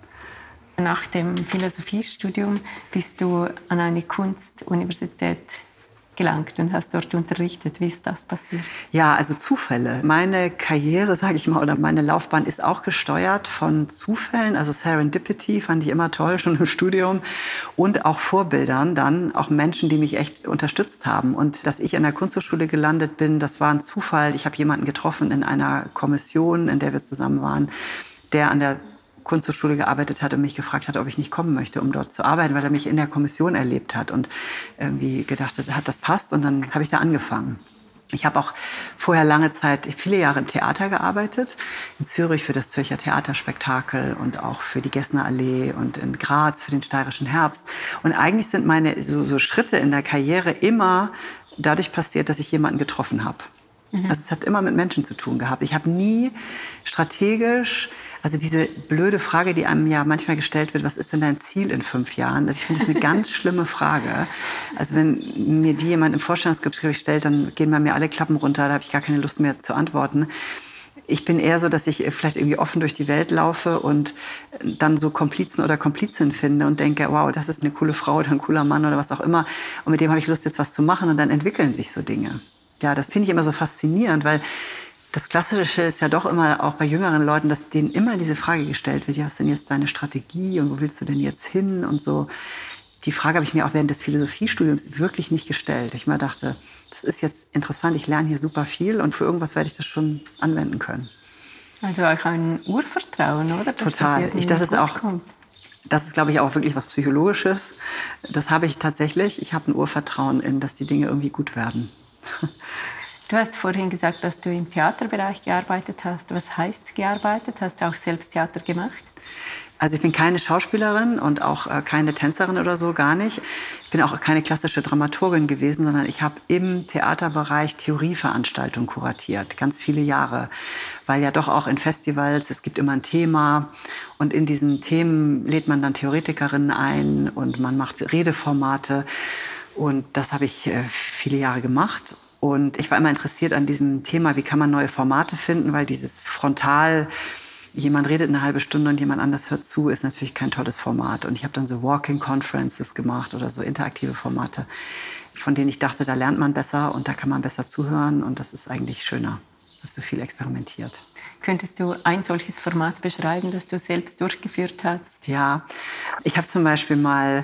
S3: Nach dem Philosophiestudium bist du an eine Kunstuniversität gelangt und hast dort unterrichtet. Wie ist das passiert?
S1: Ja, also Zufälle. Meine Karriere, sage ich mal, oder meine Laufbahn ist auch gesteuert von Zufällen. Also Serendipity fand ich immer toll, schon im Studium. Und auch Vorbildern dann, auch Menschen, die mich echt unterstützt haben. Und dass ich an der Kunsthochschule gelandet bin, das war ein Zufall. Ich habe jemanden getroffen in einer Kommission, in der wir zusammen waren, der an der Kunsthochschule gearbeitet hat und mich gefragt hat, ob ich nicht kommen möchte, um dort zu arbeiten, weil er mich in der Kommission erlebt hat und irgendwie gedacht hat, das passt und dann habe ich da angefangen. Ich habe auch vorher lange Zeit, viele Jahre im Theater gearbeitet. In Zürich für das Zürcher Theaterspektakel und auch für die Gessner Allee und in Graz für den Steirischen Herbst. Und eigentlich sind meine so Schritte in der Karriere immer dadurch passiert, dass ich jemanden getroffen habe. Also es hat immer mit Menschen zu tun gehabt. Ich habe nie strategisch, also diese blöde Frage, die einem ja manchmal gestellt wird, was ist denn dein Ziel in 5 Jahren? Also ich finde das eine ganz schlimme Frage. Also wenn mir die jemand im Vorstellungsgespräch stellt, dann gehen bei mir alle Klappen runter, da habe ich gar keine Lust mehr zu antworten. Ich bin eher so, dass ich vielleicht irgendwie offen durch die Welt laufe und dann so Komplizen oder Komplizinnen finde und denke, wow, das ist eine coole Frau oder ein cooler Mann oder was auch immer. Und mit dem habe ich Lust, jetzt was zu machen und dann entwickeln sich so Dinge. Ja, das finde ich immer so faszinierend, weil das Klassische ist ja doch immer auch bei jüngeren Leuten, dass denen immer diese Frage gestellt wird, ja, was ist denn jetzt deine Strategie und wo willst du denn jetzt hin und so. Die Frage habe ich mir auch während des Philosophiestudiums wirklich nicht gestellt. Ich mir dachte, das ist jetzt interessant, ich lerne hier super viel und für irgendwas werde ich das schon anwenden können.
S3: Also auch ein Urvertrauen, oder? Dass
S1: total. Das ist, glaube ich, auch wirklich was Psychologisches. Das habe ich tatsächlich. Ich habe ein Urvertrauen in, dass die Dinge irgendwie gut werden.
S3: Du hast vorhin gesagt, dass du im Theaterbereich gearbeitet hast. Was heißt gearbeitet? Hast du auch selbst Theater gemacht?
S1: Also ich bin keine Schauspielerin und auch keine Tänzerin oder so, gar nicht. Ich bin auch keine klassische Dramaturgin gewesen, sondern ich habe im Theaterbereich Theorieveranstaltungen kuratiert, ganz viele Jahre. Weil ja doch auch in Festivals, es gibt immer ein Thema und in diesen Themen lädt man dann Theoretikerinnen ein und man macht Redeformate. Und das habe ich viele Jahre gemacht. Und ich war immer interessiert an diesem Thema, wie kann man neue Formate finden, weil dieses Frontal, jemand redet eine halbe Stunde und jemand anders hört zu, ist natürlich kein tolles Format. Und ich habe dann so Walking Conferences gemacht oder so interaktive Formate, von denen ich dachte, da lernt man besser und da kann man besser zuhören und das ist eigentlich schöner. Ich habe so viel experimentiert.
S3: Könntest du ein solches Format beschreiben, das du selbst durchgeführt hast?
S1: Ja, ich habe zum Beispiel mal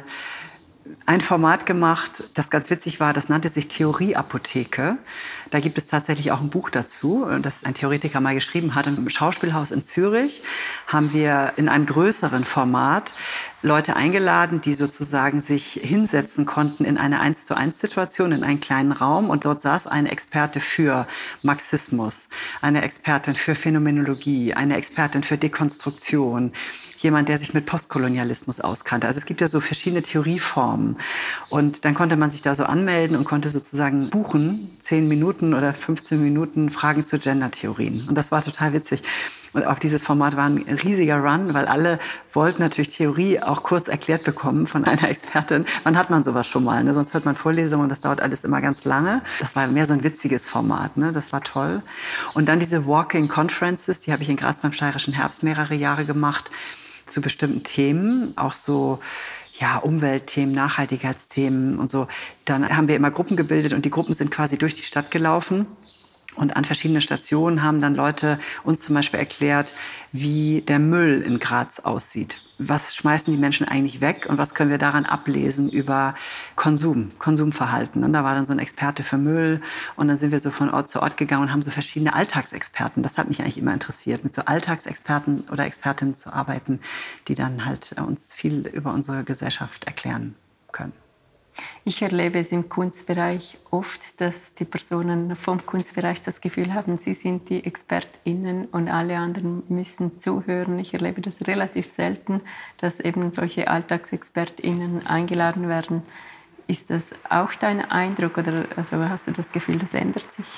S1: ein Format gemacht, das ganz witzig war, das nannte sich Theorieapotheke. Da gibt es tatsächlich auch ein Buch dazu, das ein Theoretiker mal geschrieben hat. Im Schauspielhaus in Zürich haben wir in einem größeren Format Leute eingeladen, die sozusagen sich hinsetzen konnten in eine 1:1-Situation, in einen kleinen Raum. Und dort saß ein Experte für Marxismus, eine Expertin für Phänomenologie, eine Expertin für Dekonstruktion, jemand, der sich mit Postkolonialismus auskannte. Also es gibt ja so verschiedene Theorieformen. Und dann konnte man sich da so anmelden und konnte sozusagen buchen, 10 Minuten oder 15 Minuten Fragen zu Gender-Theorien. Und das war total witzig. Und auf dieses Format war ein riesiger Run, weil alle wollten natürlich Theorie auch kurz erklärt bekommen von einer Expertin. Wann hat man sowas schon mal? Ne? Sonst hört man Vorlesungen und das dauert alles immer ganz lange. Das war mehr so ein witziges Format. Ne? Das war toll. Und dann diese Walking Conferences, die habe ich in Graz beim Steirischen Herbst mehrere Jahre gemacht, zu bestimmten Themen, auch so ja, Umweltthemen, Nachhaltigkeitsthemen und so. Dann haben wir immer Gruppen gebildet und die Gruppen sind quasi durch die Stadt gelaufen. Und an verschiedenen Stationen haben dann Leute uns zum Beispiel erklärt, wie der Müll in Graz aussieht. Was schmeißen die Menschen eigentlich weg und was können wir daran ablesen über Konsumverhalten. Und da war dann so ein Experte für Müll und dann sind wir so von Ort zu Ort gegangen und haben so verschiedene Alltagsexperten. Das hat mich eigentlich immer interessiert, mit so Alltagsexperten oder Expertinnen zu arbeiten, die dann halt uns viel über unsere Gesellschaft erklären können.
S3: Ich erlebe es im Kunstbereich oft, dass die Personen vom Kunstbereich das Gefühl haben, sie sind die ExpertInnen und alle anderen müssen zuhören. Ich erlebe das relativ selten, dass eben solche AlltagsexpertInnen eingeladen werden. Ist das auch dein Eindruck oder also hast du das Gefühl, das ändert sich?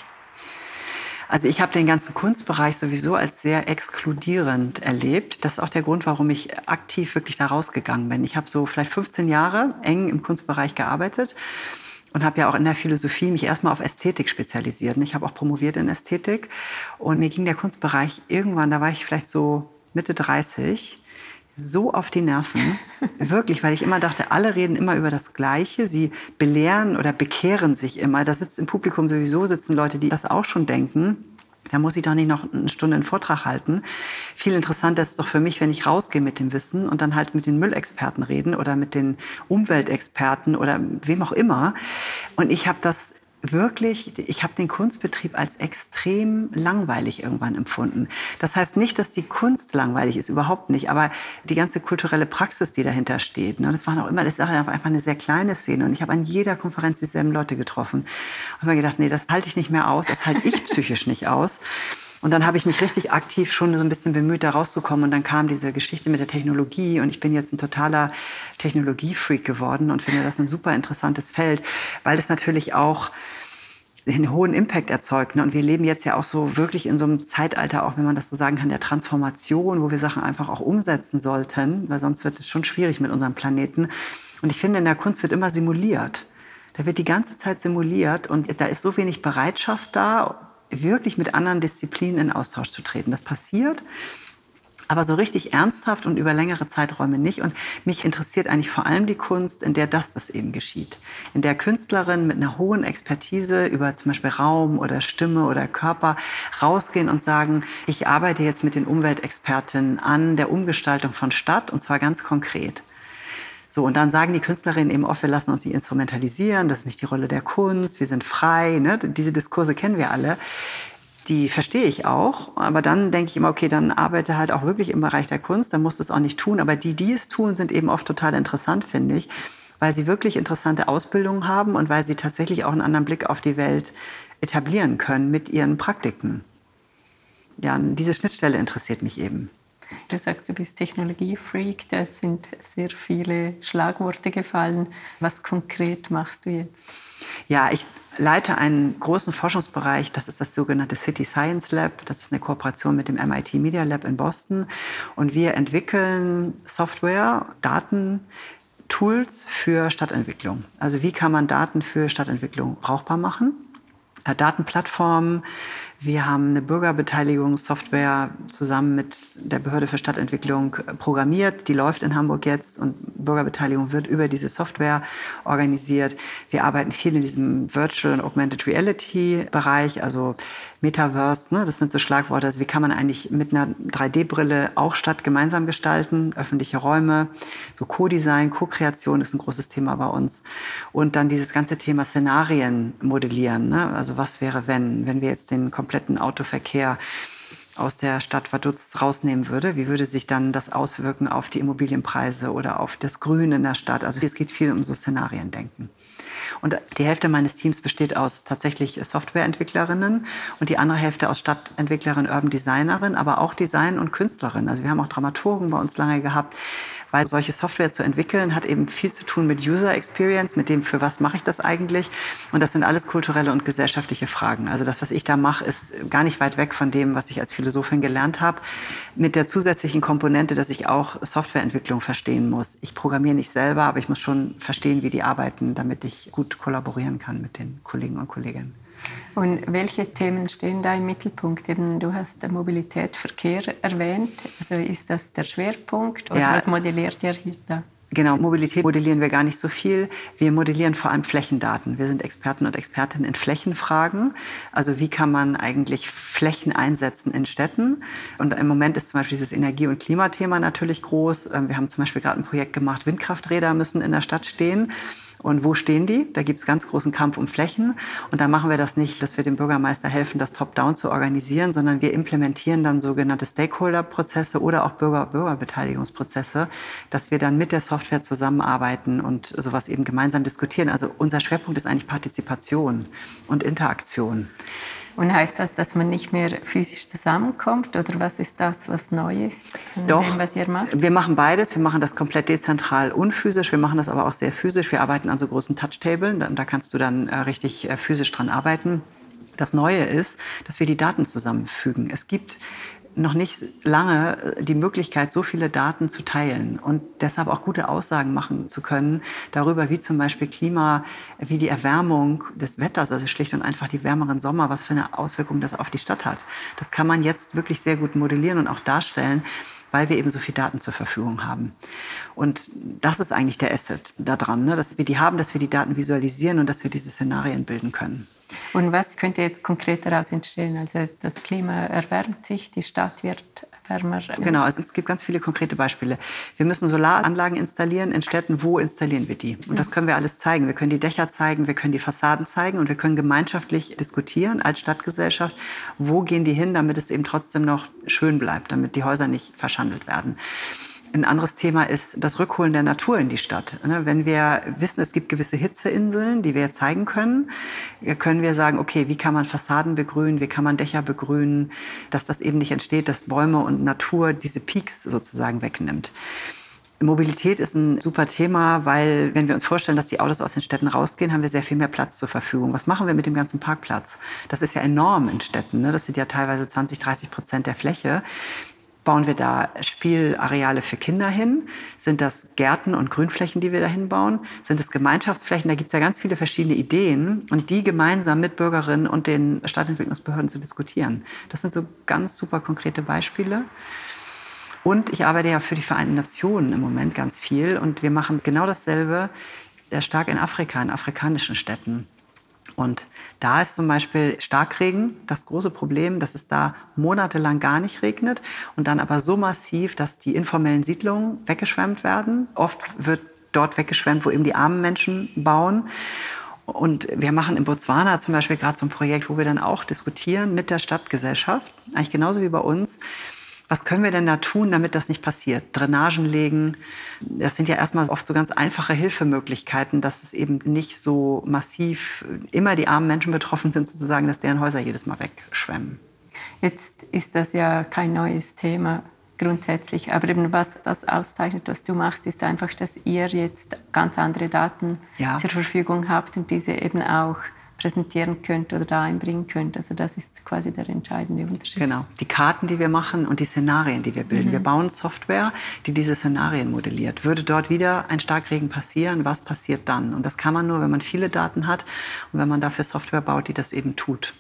S1: Also ich habe den ganzen Kunstbereich sowieso als sehr exkludierend erlebt. Das ist auch der Grund, warum ich aktiv wirklich da rausgegangen bin. Ich habe so vielleicht 15 Jahre eng im Kunstbereich gearbeitet und habe ja auch in der Philosophie mich erstmal auf Ästhetik spezialisiert. Ich habe auch promoviert in Ästhetik und mir ging der Kunstbereich irgendwann, da war ich vielleicht so Mitte 30, so auf die Nerven, wirklich, weil ich immer dachte, alle reden immer über das Gleiche, sie belehren oder bekehren sich immer. Da sitzt im Publikum sowieso sitzen Leute, die das auch schon denken. Da muss ich doch nicht noch eine Stunde einen Vortrag halten. Viel interessanter ist es doch für mich, wenn ich rausgehe mit dem Wissen und dann halt mit den Müllexperten reden oder mit den Umweltexperten oder wem auch immer. Und ich habe das wirklich, ich habe den Kunstbetrieb als extrem langweilig irgendwann empfunden. Das heißt nicht, dass die Kunst langweilig ist, überhaupt nicht, aber die ganze kulturelle Praxis, die dahinter steht, ne, das ist einfach eine sehr kleine Szene und ich habe an jeder Konferenz dieselben Leute getroffen und habe mir gedacht, nee, das halte ich nicht mehr aus, das halte ich psychisch nicht aus. Und dann habe ich mich richtig aktiv schon so ein bisschen bemüht, da rauszukommen. Und dann kam diese Geschichte mit der Technologie. Und ich bin jetzt ein totaler Technologiefreak geworden und finde das ein super interessantes Feld, weil es natürlich auch einen hohen Impact erzeugt. Und wir leben jetzt ja auch so wirklich in so einem Zeitalter, auch wenn man das so sagen kann, der Transformation, wo wir Sachen einfach auch umsetzen sollten, weil sonst wird es schon schwierig mit unserem Planeten. Und ich finde, in der Kunst wird immer simuliert. Da wird die ganze Zeit simuliert und da ist so wenig Bereitschaft da, wirklich mit anderen Disziplinen in Austausch zu treten. Das passiert, aber so richtig ernsthaft und über längere Zeiträume nicht. Und mich interessiert eigentlich vor allem die Kunst, in der das eben geschieht. In der Künstlerinnen mit einer hohen Expertise über zum Beispiel Raum oder Stimme oder Körper rausgehen und sagen, ich arbeite jetzt mit den Umweltexpertinnen an der Umgestaltung von Stadt und zwar ganz konkret. So, und dann sagen die Künstlerinnen eben oft, wir lassen uns nicht instrumentalisieren, das ist nicht die Rolle der Kunst, wir sind frei. Ne? Diese Diskurse kennen wir alle. Die verstehe ich auch, aber dann denke ich immer, okay, dann arbeite halt auch wirklich im Bereich der Kunst, dann musst du es auch nicht tun. Aber die es tun, sind eben oft total interessant, finde ich, weil sie wirklich interessante Ausbildungen haben und weil sie tatsächlich auch einen anderen Blick auf die Welt etablieren können mit ihren Praktiken. Ja, diese Schnittstelle interessiert mich eben.
S3: Du sagst, du bist Technologiefreak, da sind sehr viele Schlagworte gefallen. Was konkret machst du jetzt?
S1: Ja, ich leite einen großen Forschungsbereich, das ist das sogenannte City Science Lab. Das ist eine Kooperation mit dem MIT Media Lab in Boston. Und wir entwickeln Software, Datentools für Stadtentwicklung. Also wie kann man Daten für Stadtentwicklung brauchbar machen? Datenplattformen. Wir haben eine Bürgerbeteiligungssoftware zusammen mit der Behörde für Stadtentwicklung programmiert. Die läuft in Hamburg jetzt und Bürgerbeteiligung wird über diese Software organisiert. Wir arbeiten viel in diesem Virtual und Augmented Reality Bereich, also Metaverse, ne? Das sind so Schlagworte. Also wie kann man eigentlich mit einer 3D-Brille auch Stadt gemeinsam gestalten, öffentliche Räume, so Co-Design, Co-Kreation ist ein großes Thema bei uns. Und dann dieses ganze Thema Szenarien modellieren, ne? Also was wäre, wenn wir jetzt den kompletten Autoverkehr aus der Stadt Vaduz rausnehmen würde, wie würde sich dann das auswirken auf die Immobilienpreise oder auf das Grün in der Stadt? Also es geht viel um so Szenariendenken. Und die Hälfte meines Teams besteht aus tatsächlich Softwareentwicklerinnen und die andere Hälfte aus Stadtentwicklerinnen, Urban Designerinnen, aber auch Design- und Künstlerinnen. Also wir haben auch Dramaturgen bei uns lange gehabt, weil solche Software zu entwickeln hat eben viel zu tun mit User Experience, mit dem, für was mache ich das eigentlich? Und das sind alles kulturelle und gesellschaftliche Fragen. Also das, was ich da mache, ist gar nicht weit weg von dem, was ich als Philosophin gelernt habe, mit der zusätzlichen Komponente, dass ich auch Softwareentwicklung verstehen muss. Ich programmiere nicht selber, aber ich muss schon verstehen, wie die arbeiten, damit ich gut kollaborieren kann mit den Kollegen und Kolleginnen.
S3: Und welche Themen stehen da im Mittelpunkt? Eben, du hast Mobilität, Verkehr erwähnt. Also ist das der Schwerpunkt oder was modelliert ihr hier da?
S1: Genau, Mobilität modellieren wir gar nicht so viel. Wir modellieren vor allem Flächendaten. Wir sind Experten und Expertinnen in Flächenfragen. Also wie kann man eigentlich Flächen einsetzen in Städten? Und im Moment ist zum Beispiel dieses Energie- und Klimathema natürlich groß. Wir haben zum Beispiel gerade ein Projekt gemacht, Windkrafträder müssen in der Stadt stehen. Und wo stehen die? Da gibt es ganz großen Kampf um Flächen. Und da machen wir das nicht, dass wir dem Bürgermeister helfen, das Top-Down zu organisieren, sondern wir implementieren dann sogenannte Stakeholder-Prozesse oder auch Bürgerbeteiligungsprozesse, dass wir dann mit der Software zusammenarbeiten und sowas eben gemeinsam diskutieren. Also unser Schwerpunkt ist eigentlich Partizipation und Interaktion.
S3: Und heißt das, dass man nicht mehr physisch zusammenkommt? Oder was ist das, was neu ist in dem, was ihr macht?
S1: Wir machen beides. Wir machen das komplett dezentral und physisch. Wir machen das aber auch sehr physisch. Wir arbeiten an so großen Touchtablen. Da kannst du dann richtig physisch dran arbeiten. Das Neue ist, dass wir die Daten zusammenfügen. Es gibt noch nicht lange die Möglichkeit, so viele Daten zu teilen und deshalb auch gute Aussagen machen zu können darüber, wie zum Beispiel Klima, wie die Erwärmung des Wetters, also schlicht und einfach die wärmeren Sommer, was für eine Auswirkung das auf die Stadt hat. Das kann man jetzt wirklich sehr gut modellieren und auch darstellen, weil wir eben so viel Daten zur Verfügung haben. Und das ist eigentlich der Asset daran, ne? Dass wir die haben, dass wir die Daten visualisieren und dass wir diese Szenarien bilden können.
S3: Und was könnte jetzt konkret daraus entstehen? Also das Klima erwärmt sich, die Stadt wird wärmer.
S1: Genau, also es gibt ganz viele konkrete Beispiele. Wir müssen Solaranlagen installieren in Städten. Wo installieren wir die? Und das können wir alles zeigen. Wir können die Dächer zeigen, wir können die Fassaden zeigen und wir können gemeinschaftlich diskutieren als Stadtgesellschaft, wo gehen die hin, damit es eben trotzdem noch schön bleibt, damit die Häuser nicht verschandelt werden. Ein anderes Thema ist das Rückholen der Natur in die Stadt. Wenn wir wissen, es gibt gewisse Hitzeinseln, die wir zeigen können, können wir sagen, okay, wie kann man Fassaden begrünen, wie kann man Dächer begrünen, dass das eben nicht entsteht, dass Bäume und Natur diese Peaks sozusagen wegnimmt. Mobilität ist ein super Thema, weil wenn wir uns vorstellen, dass die Autos aus den Städten rausgehen, haben wir sehr viel mehr Platz zur Verfügung. Was machen wir mit dem ganzen Parkplatz? Das ist ja enorm in Städten. Das sind ja teilweise 20-30% der Fläche. Bauen wir da Spielareale für Kinder hin? Sind das Gärten und Grünflächen, die wir da hinbauen? Sind es Gemeinschaftsflächen? Da gibt es ja ganz viele verschiedene Ideen und die gemeinsam mit Bürgerinnen und den Stadtentwicklungsbehörden zu diskutieren. Das sind so ganz super konkrete Beispiele. Und ich arbeite ja für die Vereinten Nationen im Moment ganz viel und wir machen genau dasselbe sehr stark in Afrika, in afrikanischen Städten. Und da ist zum Beispiel Starkregen das große Problem, dass es da monatelang gar nicht regnet und dann aber so massiv, dass die informellen Siedlungen weggeschwemmt werden. Oft wird dort weggeschwemmt, wo eben die armen Menschen bauen. Und wir machen in Botswana zum Beispiel gerade so ein Projekt, wo wir dann auch diskutieren mit der Stadtgesellschaft, eigentlich genauso wie bei uns. Was können wir denn da tun, damit das nicht passiert? Drainagen legen, das sind ja erstmal oft so ganz einfache Hilfemöglichkeiten, dass es eben nicht so massiv immer die armen Menschen betroffen sind, sozusagen, dass deren Häuser jedes Mal wegschwemmen.
S3: Jetzt ist das ja kein neues Thema grundsätzlich, aber eben was das auszeichnet, was du machst, ist einfach, dass ihr jetzt ganz andere Daten zur Verfügung habt und diese eben auch präsentieren könnt oder da einbringen könnt. Also das ist quasi der entscheidende Unterschied.
S1: Genau, die Karten, die wir machen und die Szenarien, die wir bilden. Wir bauen Software, die diese Szenarien modelliert. Würde dort wieder ein Starkregen passieren, was passiert dann? Und das kann man nur, wenn man viele Daten hat und wenn man dafür Software baut, die das eben tut.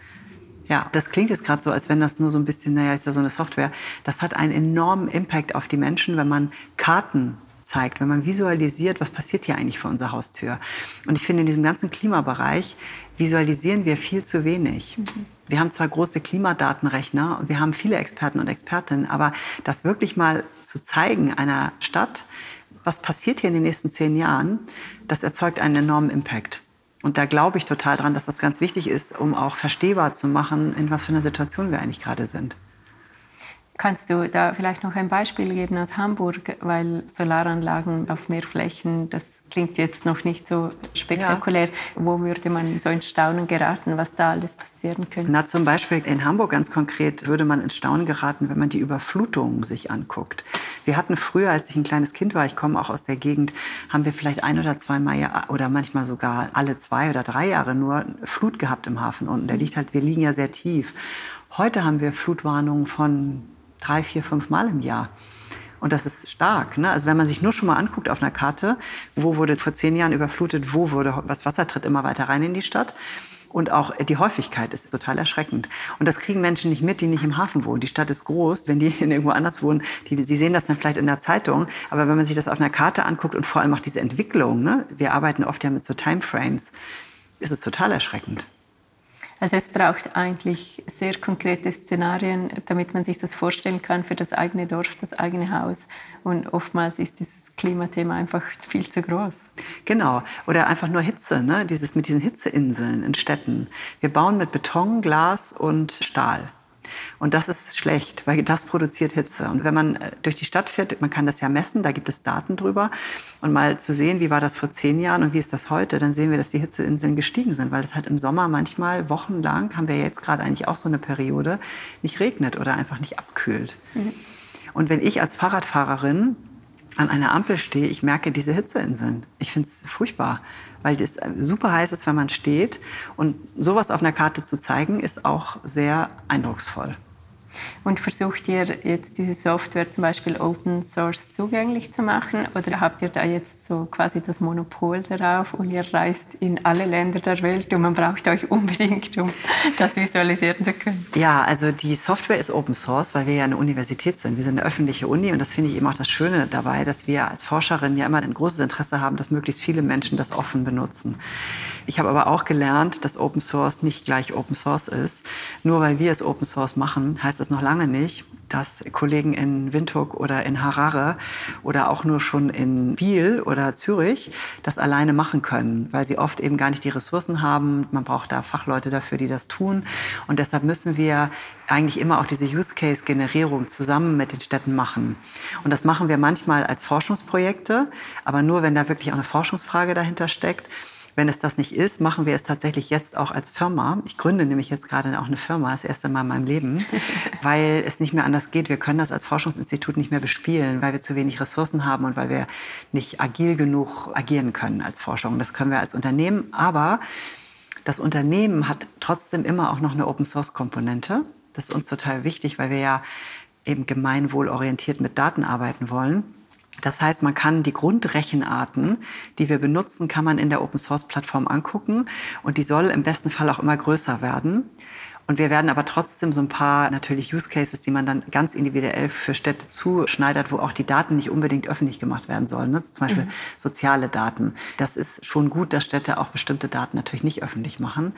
S1: Ja, das klingt jetzt gerade so, als wenn das nur so ein bisschen, naja, ist ja so eine Software. Das hat einen enormen Impact auf die Menschen, wenn man Karten zeigt, wenn man visualisiert, was passiert hier eigentlich vor unserer Haustür. Und ich finde, in diesem ganzen Klimabereich visualisieren wir viel zu wenig. Wir haben zwar große Klimadatenrechner und wir haben viele Experten und Expertinnen, aber das wirklich mal zu zeigen einer Stadt, was passiert hier in den nächsten 10 Jahren, das erzeugt einen enormen Impact. Und da glaube ich total dran, dass das ganz wichtig ist, um auch verstehbar zu machen, in was für einer Situation wir eigentlich gerade sind.
S3: Kannst du da vielleicht noch ein Beispiel geben aus Hamburg, weil Solaranlagen auf mehr Flächen, das klingt jetzt noch nicht so spektakulär. Ja. Wo würde man so ins Staunen geraten, was da alles passieren könnte?
S1: Na, zum Beispiel in Hamburg ganz konkret würde man ins Staunen geraten, wenn man die Überflutungen sich anguckt. Wir hatten früher, als ich ein kleines Kind war, ich komme auch aus der Gegend, haben wir vielleicht 1 oder 2 Mal oder manchmal sogar alle 2 oder 3 Jahre nur Flut gehabt im Hafen unten. Wir liegen ja sehr tief. Heute haben wir Flutwarnungen von 3, 4, 5 Mal im Jahr. Und das ist stark. Ne? Also wenn man sich nur schon mal anguckt auf einer Karte, wo wurde vor 10 Jahren überflutet, wo wurde das Wasser tritt immer weiter rein in die Stadt. Und auch die Häufigkeit ist total erschreckend. Und das kriegen Menschen nicht mit, die nicht im Hafen wohnen. Die Stadt ist groß. Wenn die irgendwo anders wohnen, sie sehen das dann vielleicht in der Zeitung. Aber wenn man sich das auf einer Karte anguckt und vor allem auch diese Entwicklung, ne? Wir arbeiten oft ja mit so Timeframes, ist es total erschreckend.
S3: Also es braucht eigentlich sehr konkrete Szenarien, damit man sich das vorstellen kann für das eigene Dorf, das eigene Haus. Und oftmals ist dieses Klimathema einfach viel zu groß.
S1: Genau. Oder einfach nur Hitze, ne? Mit diesen Hitzeinseln in Städten. Wir bauen mit Beton, Glas und Stahl. Und das ist schlecht, weil das produziert Hitze. Und wenn man durch die Stadt fährt, man kann das ja messen, da gibt es Daten drüber. Und mal zu sehen, wie war das vor 10 Jahren und wie ist das heute, dann sehen wir, dass die Hitzeinseln gestiegen sind. Weil es halt im Sommer manchmal wochenlang, haben wir jetzt gerade eigentlich auch so eine Periode, nicht regnet oder einfach nicht abkühlt. Und wenn ich als Fahrradfahrerin an einer Ampel stehe, ich merke diese Hitzeinseln. Ich finde es furchtbar, weil es super heiß ist, wenn man steht. Und sowas auf einer Karte zu zeigen, ist auch sehr eindrucksvoll.
S3: Und versucht ihr jetzt diese Software zum Beispiel Open Source zugänglich zu machen? Oder habt ihr da jetzt so quasi das Monopol darauf und ihr reist in alle Länder der Welt und man braucht euch unbedingt, um das visualisieren zu können?
S1: Ja, also die Software ist Open Source, weil wir ja eine Universität sind. Wir sind eine öffentliche Uni und das finde ich eben auch das Schöne dabei, dass wir als Forscherin ja immer ein großes Interesse haben, dass möglichst viele Menschen das offen benutzen. Ich habe aber auch gelernt, dass Open Source nicht gleich Open Source ist. Nur weil wir es Open Source machen, heißt das es noch lange nicht, dass Kollegen in Windhoek oder in Harare oder auch nur schon in Biel oder Zürich das alleine machen können, weil sie oft eben gar nicht die Ressourcen haben. Man braucht da Fachleute dafür, die das tun. Und deshalb müssen wir eigentlich immer auch diese Use-Case-Generierung zusammen mit den Städten machen. Und das machen wir manchmal als Forschungsprojekte, aber nur, wenn da wirklich auch eine Forschungsfrage dahinter steckt. Wenn es das nicht ist, machen wir es tatsächlich jetzt auch als Firma. Ich gründe nämlich jetzt gerade auch eine Firma, das erste Mal in meinem Leben, weil es nicht mehr anders geht. Wir können das als Forschungsinstitut nicht mehr bespielen, weil wir zu wenig Ressourcen haben und weil wir nicht agil genug agieren können als Forschung. Das können wir als Unternehmen, aber das Unternehmen hat trotzdem immer auch noch eine Open-Source-Komponente. Das ist uns total wichtig, weil wir ja eben gemeinwohlorientiert mit Daten arbeiten wollen. Das heißt, man kann die Grundrechenarten, die wir benutzen, kann man in der Open-Source-Plattform angucken. Und die soll im besten Fall auch immer größer werden. Und wir werden aber trotzdem so ein paar natürlich Use Cases, die man dann ganz individuell für Städte zuschneidert, wo auch die Daten nicht unbedingt öffentlich gemacht werden sollen. Ne? Zum Beispiel soziale Daten. Das ist schon gut, dass Städte auch bestimmte Daten natürlich nicht öffentlich machen.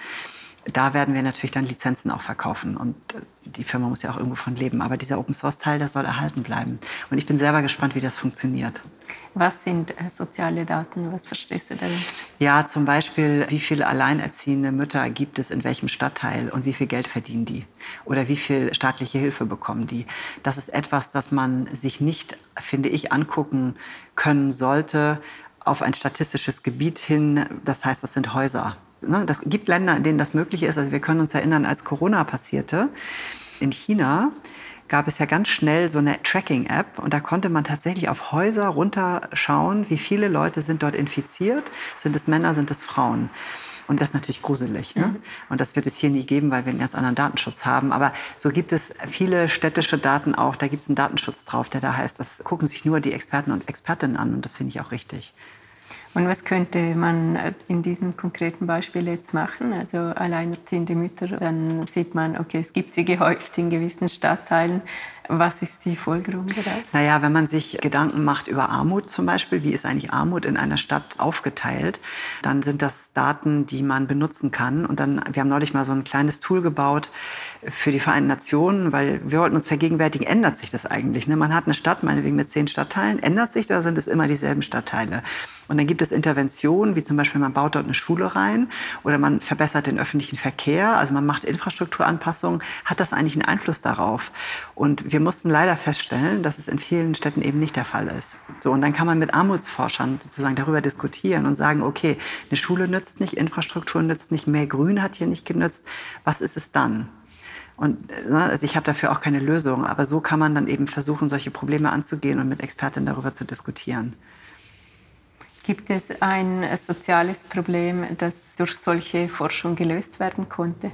S1: Da werden wir natürlich dann Lizenzen auch verkaufen und die Firma muss ja auch irgendwo von leben. Aber dieser Open-Source-Teil, der soll erhalten bleiben. Und ich bin selber gespannt, wie das funktioniert.
S3: Was sind soziale Daten? Was verstehst du darin?
S1: Ja, zum Beispiel, wie viele alleinerziehende Mütter gibt es in welchem Stadtteil und wie viel Geld verdienen die? Oder wie viel staatliche Hilfe bekommen die? Das ist etwas, das man sich nicht, finde ich, angucken können sollte auf ein statistisches Gebiet hin. Das heißt, das sind Häuser. Das gibt Länder, in denen das möglich ist. Also wir können uns erinnern, als Corona passierte, in China gab es ja ganz schnell so eine Tracking-App. Und da konnte man tatsächlich auf Häuser runterschauen, wie viele Leute sind dort infiziert. Sind es Männer, sind es Frauen? Und das ist natürlich gruselig. Ne? Und das wird es hier nie geben, weil wir einen ganz anderen Datenschutz haben. Aber so gibt es viele städtische Daten auch. Da gibt es einen Datenschutz drauf, der da heißt, das gucken sich nur die Experten und Expertinnen an. Und das finde ich auch richtig.
S3: Und was könnte man in diesem konkreten Beispiel jetzt machen? Also alleinerziehende Mütter, dann sieht man, okay, es gibt sie gehäuft in gewissen Stadtteilen. Was ist die Folgerung daraus?
S1: Naja, wenn man sich Gedanken macht über Armut zum Beispiel, wie ist eigentlich Armut in einer Stadt aufgeteilt, dann sind das Daten, die man benutzen kann. Und dann, wir haben neulich mal so ein kleines Tool gebaut für die Vereinten Nationen, weil wir wollten uns vergegenwärtigen, ändert sich das eigentlich? Ne? Man hat eine Stadt, meinetwegen mit 10 Stadtteilen, ändert sich, da sind es immer dieselben Stadtteile. Und dann gibt es Interventionen, wie zum Beispiel man baut dort eine Schule rein oder man verbessert den öffentlichen Verkehr, also man macht Infrastrukturanpassungen. Hat das eigentlich einen Einfluss darauf? Und wir mussten leider feststellen, dass es in vielen Städten eben nicht der Fall ist. So, und dann kann man mit Armutsforschern sozusagen darüber diskutieren und sagen, okay, eine Schule nützt nicht, Infrastruktur nützt nicht, mehr Grün hat hier nicht genützt. Was ist es dann? Und also ich habe dafür auch keine Lösung, aber so kann man dann eben versuchen, solche Probleme anzugehen und mit Expertinnen darüber zu diskutieren.
S3: Gibt es ein soziales Problem, das durch solche Forschung gelöst werden konnte?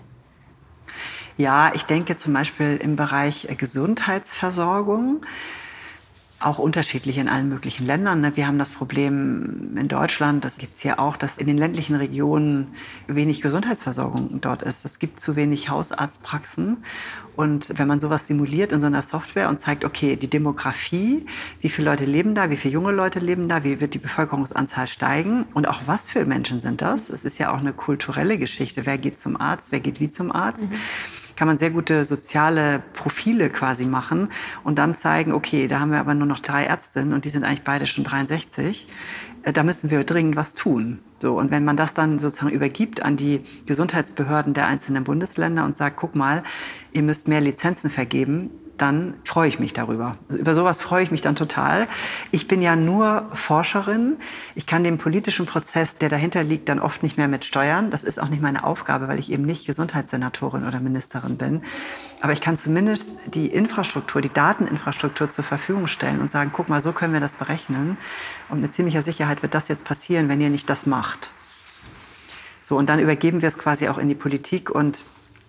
S1: Ja, ich denke zum Beispiel im Bereich Gesundheitsversorgung, auch unterschiedlich in allen möglichen Ländern. Wir haben das Problem in Deutschland, das gibt es hier auch, dass in den ländlichen Regionen wenig Gesundheitsversorgung dort ist. Es gibt zu wenig Hausarztpraxen. Und wenn man sowas simuliert in so einer Software und zeigt, okay, die Demografie, wie viele Leute leben da, wie viele junge Leute leben da, wie wird die Bevölkerungsanzahl steigen und auch was für Menschen sind das? Es ist ja auch eine kulturelle Geschichte. Wer geht zum Arzt, wer geht wie zum Arzt? Kann man sehr gute soziale Profile quasi machen und dann zeigen, okay, da haben wir aber nur noch 3 Ärztinnen und die sind eigentlich beide schon 63. Da müssen wir dringend was tun. So, und wenn man das dann sozusagen übergibt an die Gesundheitsbehörden der einzelnen Bundesländer und sagt, guck mal, ihr müsst mehr Lizenzen vergeben, dann freue ich mich darüber. Also über sowas freue ich mich dann total. Ich bin ja nur Forscherin. Ich kann den politischen Prozess, der dahinter liegt, dann oft nicht mehr mit steuern. Das ist auch nicht meine Aufgabe, weil ich eben nicht Gesundheitssenatorin oder Ministerin bin. Aber ich kann zumindest die Infrastruktur, die Dateninfrastruktur zur Verfügung stellen und sagen, guck mal, so können wir das berechnen. Und mit ziemlicher Sicherheit wird das jetzt passieren, wenn ihr nicht das macht. So, und dann übergeben wir es quasi auch in die Politik und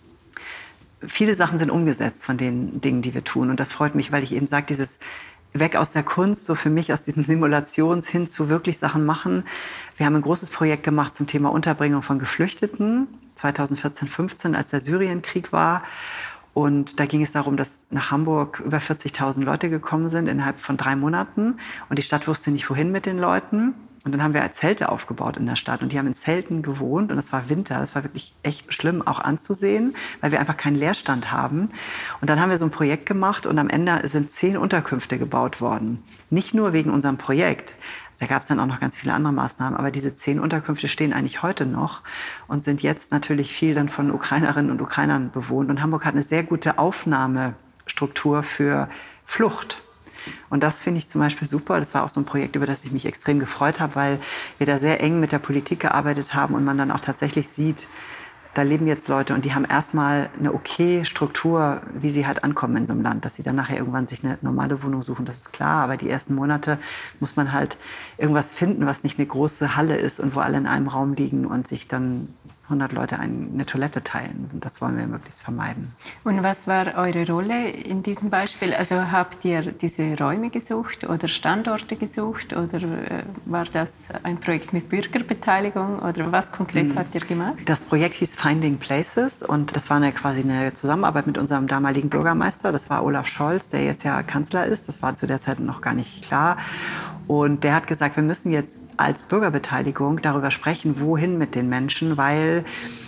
S1: viele Sachen sind umgesetzt von den Dingen, die wir tun. Und das freut mich, weil ich eben sage, dieses weg aus der Kunst, so für mich aus diesem Simulations hin zu wirklich Sachen machen. Wir haben ein großes Projekt gemacht zum Thema Unterbringung von Geflüchteten, 2014, 15, als der Syrienkrieg war. Und da ging es darum, dass nach Hamburg über 40.000 Leute gekommen sind innerhalb von 3 Monaten. Und die Stadt wusste nicht, wohin mit den Leuten. Und dann haben wir Zelte aufgebaut in der Stadt und die haben in Zelten gewohnt und es war Winter. Das war wirklich echt schlimm auch anzusehen, weil wir einfach keinen Leerstand haben. Und dann haben wir so ein Projekt gemacht und am Ende sind 10 Unterkünfte gebaut worden. Nicht nur wegen unserem Projekt. Da gab es dann auch noch ganz viele andere Maßnahmen. Aber diese 10 Unterkünfte stehen eigentlich heute noch und sind jetzt natürlich viel dann von Ukrainerinnen und Ukrainern bewohnt. Und Hamburg hat eine sehr gute Aufnahmestruktur für Flucht. Und das finde ich zum Beispiel super. Das war auch so ein Projekt, über das ich mich extrem gefreut habe, weil wir da sehr eng mit der Politik gearbeitet haben und man dann auch tatsächlich sieht, da leben jetzt Leute und die haben erstmal eine okay Struktur, wie sie halt ankommen in so einem Land. Dass sie dann nachher irgendwann sich eine normale Wohnung suchen, das ist klar. Aber die ersten Monate muss man halt irgendwas finden, was nicht eine große Halle ist und wo alle in einem Raum liegen und sich dann 100 Leute eine Toilette teilen. Und das wollen wir möglichst vermeiden.
S3: Und was war eure Rolle in diesem Beispiel? Also habt ihr diese Räume gesucht oder Standorte gesucht oder war das ein Projekt mit Bürgerbeteiligung oder was konkret habt ihr gemacht?
S1: Das Projekt hieß Finding Places und das war quasi eine Zusammenarbeit mit unserem damaligen Bürgermeister. Das war Olaf Scholz, der jetzt ja Kanzler ist. Das war zu der Zeit noch gar nicht klar. Und der hat gesagt, wir müssen jetzt als Bürgerbeteiligung darüber sprechen, wohin mit den Menschen, weil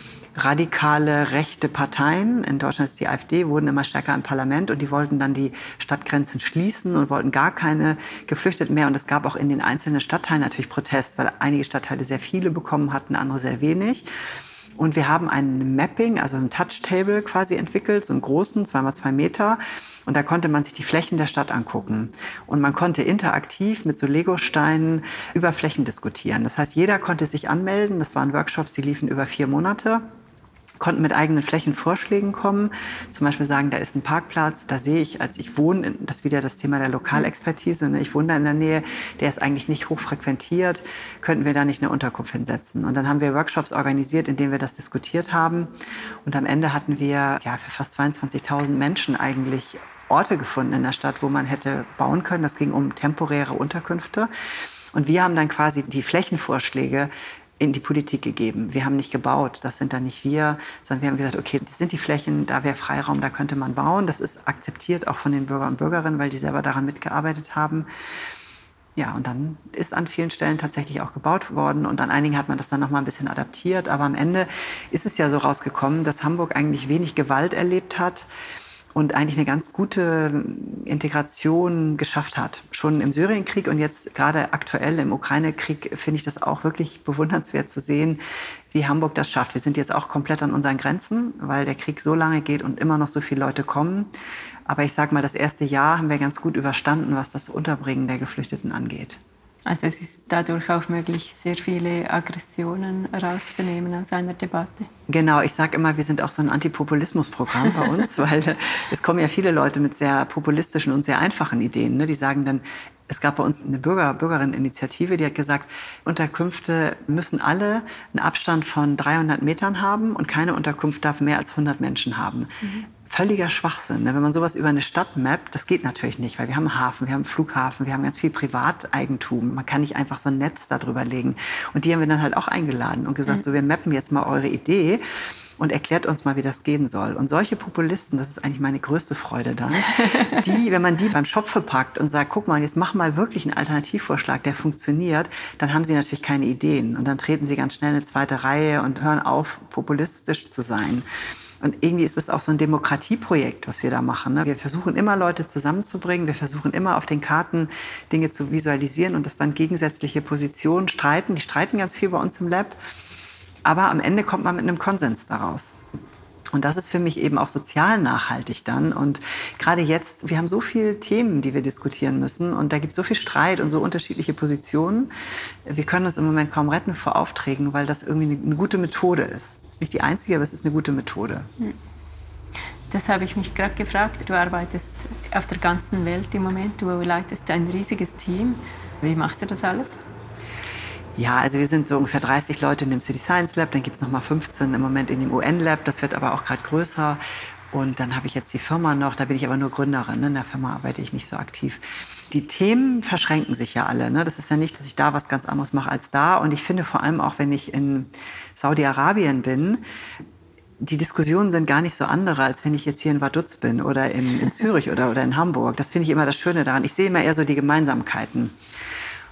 S1: radikale rechte Parteien, in Deutschland ist die AfD, wurden immer stärker im Parlament und die wollten dann die Stadtgrenzen schließen und wollten gar keine Geflüchteten mehr. Und es gab auch in den einzelnen Stadtteilen natürlich Protest, weil einige Stadtteile sehr viele bekommen hatten, andere sehr wenig. Und wir haben ein Mapping, also ein Touch-Table quasi entwickelt, so einen großen, 2x2 Meter. Und da konnte man sich die Flächen der Stadt angucken. Und man konnte interaktiv mit so Legosteinen über Flächen diskutieren. Das heißt, jeder konnte sich anmelden. Das waren Workshops, die liefen über 4 Monate. Konnten mit eigenen Flächenvorschlägen kommen. Zum Beispiel sagen, da ist ein Parkplatz, da sehe ich, als ich wohne, das ist wieder das Thema der Lokalexpertise, ne? Ich wohne da in der Nähe, der ist eigentlich nicht hoch frequentiert, könnten wir da nicht eine Unterkunft hinsetzen? Und dann haben wir Workshops organisiert, in denen wir das diskutiert haben. Und am Ende hatten wir für fast 22.000 Menschen eigentlich Orte gefunden in der Stadt, wo man hätte bauen können. Das ging um temporäre Unterkünfte. Und wir haben dann quasi die Flächenvorschläge in die Politik gegeben. Wir haben nicht gebaut, das sind dann nicht wir, sondern wir haben gesagt, okay, das sind die Flächen, da wäre Freiraum, da könnte man bauen. Das ist akzeptiert auch von den Bürgern und Bürgerinnen, weil die selber daran mitgearbeitet haben. Ja, und dann ist an vielen Stellen tatsächlich auch gebaut worden und an einigen hat man das dann noch mal ein bisschen adaptiert. Aber am Ende ist es ja so rausgekommen, dass Hamburg eigentlich wenig Gewalt erlebt hat und eigentlich eine ganz gute Integration geschafft hat. Schon im Syrienkrieg und jetzt gerade aktuell im Ukraine-Krieg finde ich das auch wirklich bewundernswert zu sehen, wie Hamburg das schafft. Wir sind jetzt auch komplett an unseren Grenzen, weil der Krieg so lange geht und immer noch so viele Leute kommen. Aber ich sage mal, das erste Jahr haben wir ganz gut überstanden, was das Unterbringen der Geflüchteten angeht.
S3: Also es ist dadurch auch möglich, sehr viele Aggressionen rauszunehmen aus einer Debatte.
S1: Genau, ich sage immer, wir sind auch so ein Antipopulismus-Programm bei uns, weil es kommen ja viele Leute mit sehr populistischen und sehr einfachen Ideen. Ne? Die sagen dann, es gab bei uns eine Bürgerinneninitiative, die hat gesagt, Unterkünfte müssen alle einen Abstand von 300 Metern haben und keine Unterkunft darf mehr als 100 Menschen haben. Völliger Schwachsinn. Wenn man sowas über eine Stadt mappt, das geht natürlich nicht, weil wir haben einen Hafen, wir haben einen Flughafen, wir haben ganz viel Privateigentum. Man kann nicht einfach so ein Netz da drüber legen. Und die haben wir dann halt auch eingeladen und gesagt, so, wir mappen jetzt mal eure Idee und erklärt uns mal, wie das gehen soll. Und solche Populisten, das ist eigentlich meine größte Freude dann, die, wenn man die beim Schopfe packt und sagt, guck mal, jetzt mach mal wirklich einen Alternativvorschlag, der funktioniert, dann haben sie natürlich keine Ideen. Und dann treten sie ganz schnell in eine zweite Reihe und hören auf, populistisch zu sein. Und irgendwie ist es auch so ein Demokratieprojekt, was wir da machen. Ne? Wir versuchen immer, Leute zusammenzubringen. Wir versuchen immer, auf den Karten Dinge zu visualisieren und dass dann gegensätzliche Positionen streiten. Die streiten ganz viel bei uns im Lab. Aber am Ende kommt man mit einem Konsens daraus. Und das ist für mich eben auch sozial nachhaltig dann. Und gerade jetzt, wir haben so viele Themen, die wir diskutieren müssen. Und da gibt es so viel Streit und so unterschiedliche Positionen. Wir können uns im Moment kaum retten vor Aufträgen, weil das irgendwie eine gute Methode ist. Es ist nicht die einzige, aber es ist eine gute Methode.
S3: Das habe ich mich gerade gefragt. Du arbeitest auf der ganzen Welt im Moment. Du leitest ein riesiges Team. Wie machst du das alles?
S1: Ja, also wir sind so ungefähr 30 Leute in dem City Science Lab, dann gibt es noch mal 15 im Moment in dem UN Lab, das wird aber auch gerade größer. Und dann habe ich jetzt die Firma noch, da bin ich aber nur Gründerin, ne? In der Firma arbeite ich nicht so aktiv. Die Themen verschränken sich ja alle. Ne? Das ist ja nicht, dass ich da was ganz anderes mache als da. Und ich finde vor allem auch, wenn ich in Saudi-Arabien bin, die Diskussionen sind gar nicht so andere, als wenn ich jetzt hier in Vaduz bin oder in Zürich oder in Hamburg. Das finde ich immer das Schöne daran. Ich sehe immer eher so die Gemeinsamkeiten.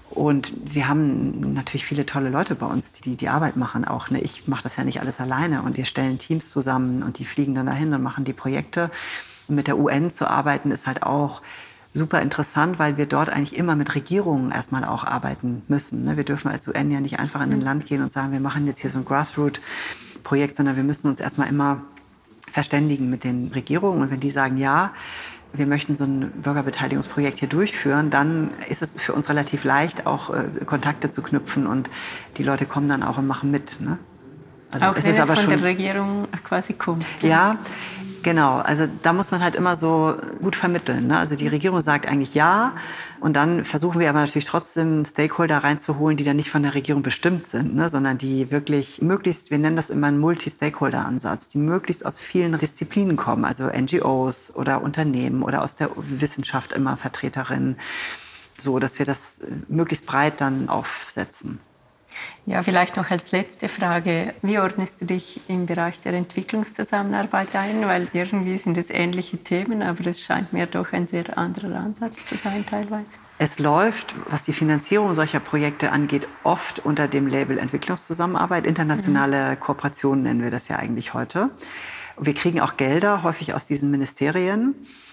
S1: Und wir haben natürlich viele tolle Leute bei uns, die die Arbeit machen auch. Ne? Ich mache das ja nicht alles alleine und wir stellen Teams zusammen und die fliegen dann dahin und machen die Projekte. Und mit der UN zu arbeiten ist halt auch super interessant, weil wir dort eigentlich immer mit Regierungen erstmal auch arbeiten müssen. Ne? Wir dürfen als UN ja nicht einfach in ein Land gehen und sagen, wir machen jetzt hier so ein Grassroot-Projekt, sondern wir müssen uns erstmal immer verständigen mit den Regierungen. Und wenn die sagen, ja, wir möchten so ein Bürgerbeteiligungsprojekt hier durchführen, dann ist es für uns relativ leicht, auch Kontakte zu knüpfen und die Leute kommen dann auch und machen mit. Ne?
S3: Also auch wenn es aber von der Regierung quasi kommt.
S1: Ja, genau. Also da muss man halt immer so gut vermitteln. Ne? Also die Regierung sagt eigentlich ja und dann versuchen wir aber natürlich trotzdem Stakeholder reinzuholen, die dann nicht von der Regierung bestimmt sind, ne? Sondern die wirklich möglichst, wir nennen das immer einen Multi-Stakeholder-Ansatz, die möglichst aus vielen Disziplinen kommen, also NGOs oder Unternehmen oder aus der Wissenschaft immer Vertreterinnen, so dass wir das möglichst breit dann aufsetzen.
S3: Ja, vielleicht noch als letzte Frage. Wie ordnest du dich im Bereich der Entwicklungszusammenarbeit ein? Weil irgendwie sind es ähnliche Themen, aber es scheint mir doch ein sehr anderer Ansatz zu sein teilweise.
S1: Es läuft, was die Finanzierung solcher Projekte angeht, oft unter dem Label Entwicklungszusammenarbeit. Internationale Kooperationen nennen wir das ja eigentlich heute. Wir kriegen auch Gelder, häufig aus diesen Ministerien.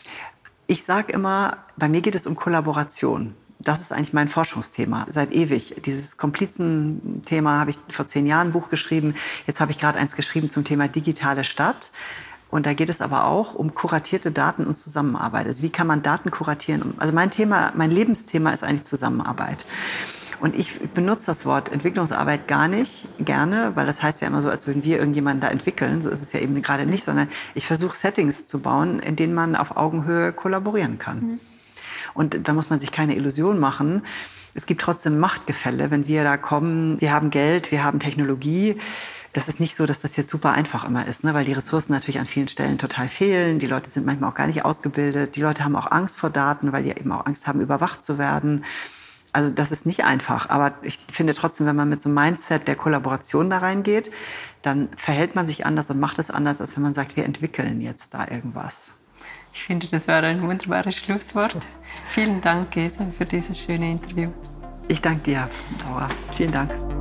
S1: Ich sage immer, bei mir geht es um Kollaboration. Das ist eigentlich mein Forschungsthema, seit ewig. Dieses Komplizenthema habe ich vor 10 Jahren ein Buch geschrieben. Jetzt habe ich gerade eins geschrieben zum Thema digitale Stadt. Und da geht es aber auch um kuratierte Daten und Zusammenarbeit. Also wie kann man Daten kuratieren? Also mein Lebensthema ist eigentlich Zusammenarbeit. Und ich benutze das Wort Entwicklungsarbeit gar nicht gerne, weil das heißt ja immer so, als würden wir irgendjemanden da entwickeln. So ist es ja eben gerade nicht, sondern ich versuche Settings zu bauen, in denen man auf Augenhöhe kollaborieren kann. Und da muss man sich keine Illusion machen. Es gibt trotzdem Machtgefälle, wenn wir da kommen. Wir haben Geld, wir haben Technologie. Das ist nicht so, dass das jetzt super einfach immer ist, ne? Weil die Ressourcen natürlich an vielen Stellen total fehlen. Die Leute sind manchmal auch gar nicht ausgebildet. Die Leute haben auch Angst vor Daten, weil die eben auch Angst haben, überwacht zu werden. Also das ist nicht einfach. Aber ich finde trotzdem, wenn man mit so einem Mindset der Kollaboration da reingeht, dann verhält man sich anders und macht es anders, als wenn man sagt, wir entwickeln jetzt da irgendwas.
S3: Ich finde, das war ein wunderbares Schlusswort. Vielen Dank, Gesa, für dieses schöne Interview.
S1: Ich danke dir, Laura. Vielen Dank.